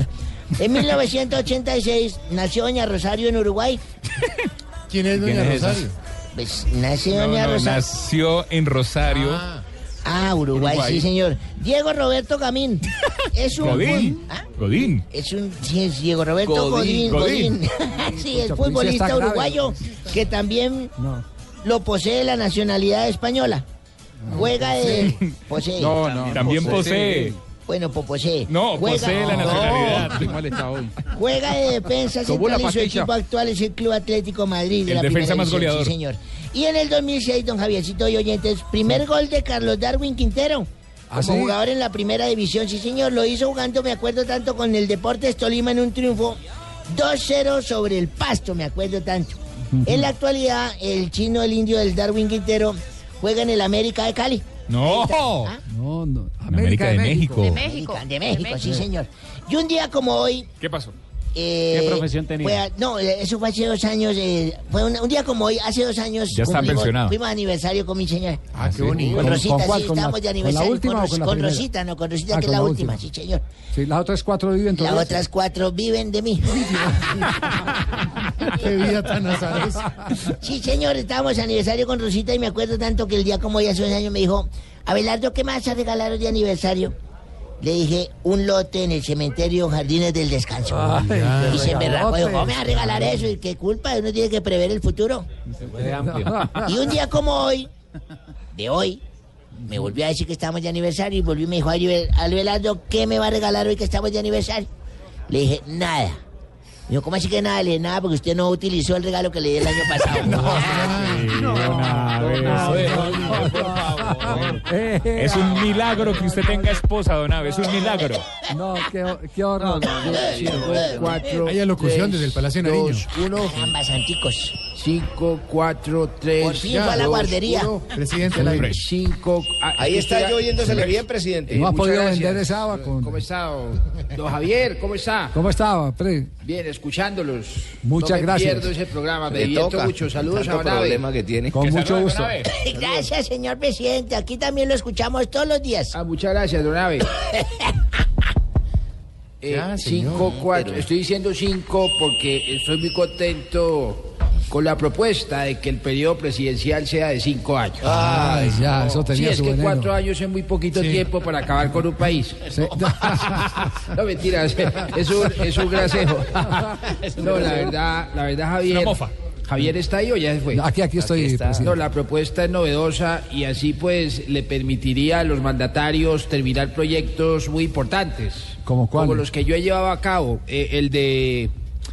En 1986 nació doña Rosario en Uruguay. ¿Quién es doña Rosario? Pues nació doña Rosario. Nació en Rosario. Uruguay, sí, señor. Diego Roberto Gamín. Es un... Godín. Sí, es Diego Roberto Godín. Sí, es futbolista uruguayo que también lo posee la nacionalidad española. Juega de... Posee. No, también posee. Bueno, posee. No, posee la nacionalidad. Juega de defensa central y su equipo actual es el Club Atlético Madrid. El defensa más goleador. Sí, señor. Y en el 2006, don Javiercito y oyentes, primer gol de Carlos Darwin Quintero. Como jugador en la primera división, sí señor, lo hizo jugando, me acuerdo tanto, con el Deportes Tolima en un triunfo 2-0 sobre el Pasto, me acuerdo tanto. En la actualidad, el chino, el indio del Darwin Quintero, juega en el América de Cali. No, América de México. De México, sí señor. Y un día como hoy... ¿Qué pasó? ¿Qué profesión tenía? Eso fue hace 2 años. Fue un día como hoy, hace 2 años. Ya está pensionado. Fuimos de aniversario con mi señora. Qué bonito. Con Rosita, sí, estábamos de aniversario. ¿Con Rosita, que es la última, sí, señor. Sí, las otras 4 viven todavía. Las otras 4 viven de mí. Qué vida tan azarosa. Sí, señor, estábamos de aniversario con Rosita y me acuerdo tanto que el día como hoy, hace 2 años, me dijo: Abelardo, ¿qué más vas a regalar de aniversario? Le dije, un lote en el cementerio Jardines del Descanso. Y se me rajó, dijo, ¿cómo me va a regalar eso? ¿Y qué culpa? Uno tiene que prever el futuro. Y un día como hoy, me volvió a decir que estamos de aniversario y volvió y me dijo, Abelardo, ¿qué me va a regalar hoy que estamos de aniversario? Le dije, nada. Dijo, ¿cómo así que nada? Le dije, nada, porque usted no utilizó el regalo que le di el año pasado. Es un milagro que usted tenga esposa, don Abe, es un milagro. No, qué horror. 4, hay alocución desde el Palacio de Nariño. 1, ambas anticos. 5, 4, 3. Por fin fue a la guardería. Presidente del aire. 5. Ahí está yo oyéndosele bien, presidente. No ha podido vender esa abaco. ¿Cómo está, don Javier? ¿Cómo está? ¿Cómo estaba, Bien, escuchándolos. Muchas gracias. No pierdo ese programa, me divierto mucho. Saludos a problema que tiene. Con mucho gusto. Gracias, señor presidente. Aquí también lo escuchamos todos los días. Muchas gracias, don Abe. 5, 4. Estoy diciendo 5 porque estoy muy contento con la propuesta de que el periodo presidencial sea de 5 años. Ya, eso tenía es su que veneno. 4 años es muy poquito tiempo para acabar con un país. Sí. No, mentiras, es un grasejo. No, la verdad, Javier. Una mofa. Javier está ahí o ya se fue. Aquí estoy. No, la propuesta es novedosa y así pues le permitiría a los mandatarios terminar proyectos muy importantes. ¿Cómo cuál? Como los que yo he llevado a cabo. El de...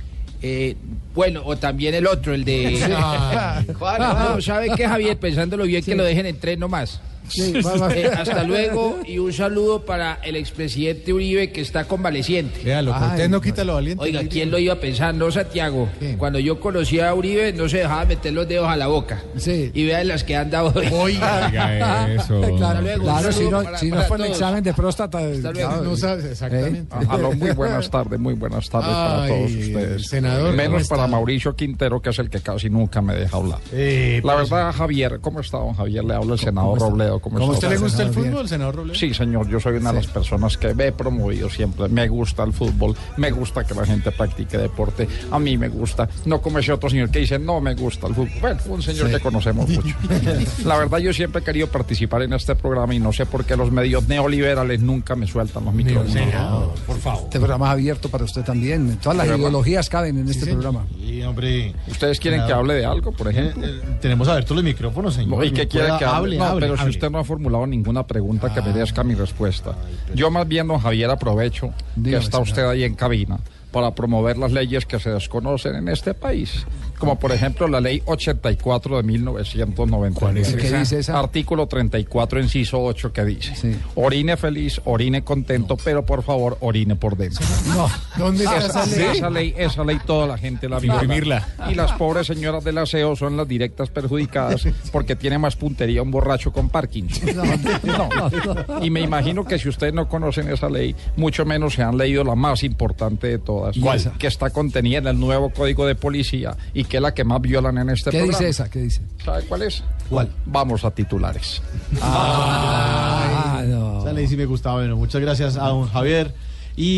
o también el otro, el de... No, ¿sabe qué, Javier? Pensándolo bien, que lo dejen en 3 nomás. Sí, hasta luego y un saludo para el expresidente Uribe que está convaleciente. Véalo, usted no quita lo valiente. Oiga, ¿quién lo iba a pensar? No, Santiago. ¿Qué? Cuando yo conocí a Uribe no se dejaba meter los dedos a la boca. Sí. Y vean las que han dado hoy. Oiga, eso. Claro, si no fue un examen de próstata. Claro, no sabes exactamente. Aló, muy buenas tardes para todos ustedes. Senador, menos para Mauricio Quintero, que es el que casi nunca me deja hablar. La verdad, Javier, ¿cómo está, don Javier? Le habla el senador Robledo. ¿Cómo a usted le gusta el fútbol, senador Robledo? Sí, señor, yo soy una de las personas que he promovido siempre. Me gusta el fútbol, me gusta que la gente practique deporte. A mí me gusta, no como ese otro señor que dice, no me gusta el fútbol. Bueno, un señor que conocemos mucho. La verdad, yo siempre he querido participar en este programa y no sé por qué los medios neoliberales nunca me sueltan los micrófonos. Senador, por favor. Este programa es abierto para usted también. Todas las ideologías caben en este programa. Sí, hombre. ¿Ustedes quieren que hable de algo, por ejemplo? Tenemos abiertos los micrófonos, señor. ¿Y qué quiere que hable? No, pero si hable. usted no ha formulado ninguna pregunta que merezca mi respuesta. Yo más bien, don Javier, aprovecho que está usted ahí en cabina para promover las leyes que se desconocen en este país. Como por ejemplo la ley 84 de 1990. ¿Qué dice esa? Artículo 34, inciso 8, que dice: orine feliz, orine contento, pero por favor, orine por dentro. No, ¿dónde está esa ley? Esa ley toda la gente la viola. Y las pobres señoras del aseo son las directas perjudicadas porque tiene más puntería un borracho con Parkinson. No. Y me imagino que si ustedes no conocen esa ley, mucho menos se han leído la más importante de todas. ¿Cuál? Que está contenida en el nuevo Código de Policía y que es la que más violan en este programa. ¿Qué dice esa? ¿Qué dice? ¿Sabe cuál es? ¿Cuál? Vamos a titulares. No. Esa ley sí me gustaba. Bueno, muchas gracias a don Javier. Y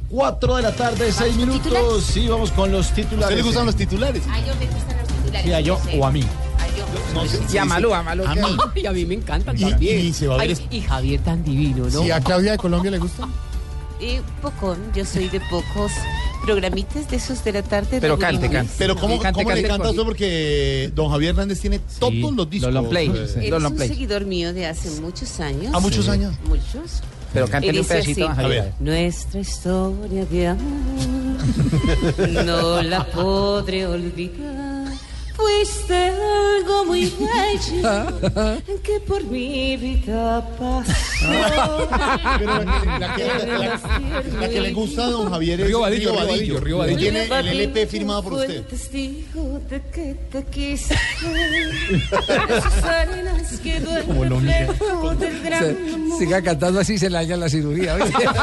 4 de la tarde, 6 minutos. Sí, vamos con los titulares. ¿A usted le gustan los titulares? A yo me gustan los titulares. Sí, a yo o a mí. Y a Malú. A mí. Y a mí me encantan también. Y Javier tan divino, ¿no? ¿Y a Claudia de Colombia le gusta? Poco, yo soy de pocos programitas de esos de la tarde. Pero cante. Pero ¿cómo le canta usted? Porque don Javier Hernández tiene todos los discos. Los long play. Es un seguidor mío de hace muchos años. ¿A muchos años? Muchos. Pero cántale un pedacito a Javier. Nuestra historia de amor no la podré olvidar. Fuiste algo muy bello que por mi vida pasó. Pero la que le gusta a don Javier es Río Vadillo. Tiene el LP firmado por usted. Testigo de que te quise. Como lo siga cantando así, se le halla la cirugía.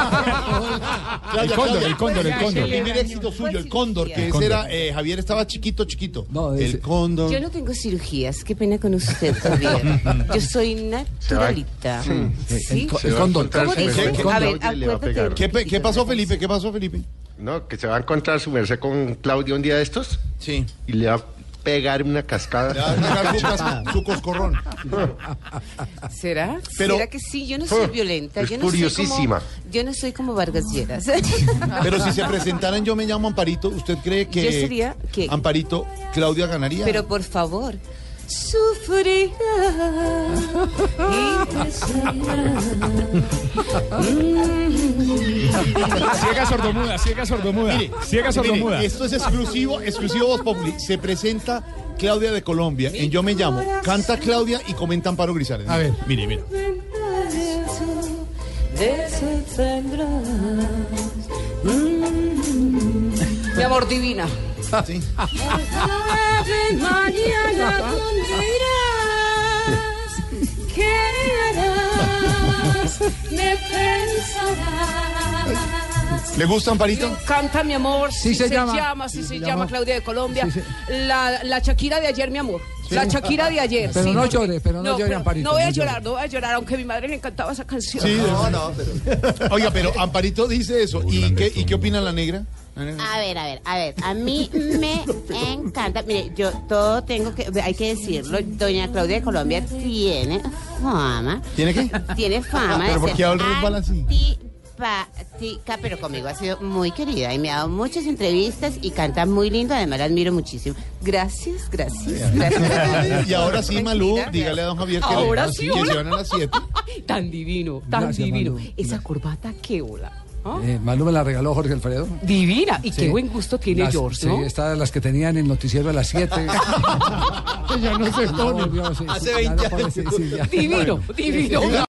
El Cóndor. El primer éxito suyo, el Cóndor, que ese era, Javier estaba chiquito. No, el Cóndor. Yo no tengo cirugías, qué pena con usted, Javier. Yo soy naturalita. El Cóndor. ¿Cómo dice? A ver, acuérdate. ¿Qué pasó, Felipe? No, que se va a encontrar su merced con Claudio un día de estos. Sí. Y le va a pegar una cascada. Le va a pegar su coscorrón. ¿Será? ¿Será que sí? Yo no soy violenta. Es curiosísima. Yo no soy como Vargas Lleras. Pero si se presentara en Yo Me Llamo Amparito, ¿usted cree que yo sería, ¿qué? Amparito, Claudia ganaría? Pero por favor, sufrirá y Ciega sordomuda. Mire, esto es exclusivo Voz Populi. Se presenta Claudia de Colombia en Yo Me Llamo. Canta Claudia y comenta Amparo Grisales. A ver, mire. Mi amor divina. Sí. Mañana ¿qué harás? Me pensarás. ¿Le gusta Amparito? Canta, mi amor. Sí, se llama Claudia de Colombia. Sí. La Shakira de ayer, mi amor. Sí. La Shakira de ayer. Pero sí, no llore, Amparito. No voy a llorar, aunque a mi madre le encantaba esa canción. Sí, pero... Oiga, pero Amparito dice eso. ¿Y qué opina la negra? A ver, a mí me encanta, mire, yo todo hay que decirlo, doña Claudia de Colombia tiene fama. ¿Tiene qué? Tiene fama ¿Pero por qué habla así? Antipática, pero conmigo ha sido muy querida y me ha dado muchas entrevistas y canta muy lindo, además la admiro muchísimo. Gracias. Y ahora sí, Malú, dígale a don Javier que se van a las 7. Tan divino. Malú. Esa corbata, qué hola. Malú me la regaló Jorge Alfredo. Divina, y qué buen gusto tiene George, ¿no? Sí, está de las que tenían en el noticiero a las 7. Ya no se pone. Hace 20 años. Divino.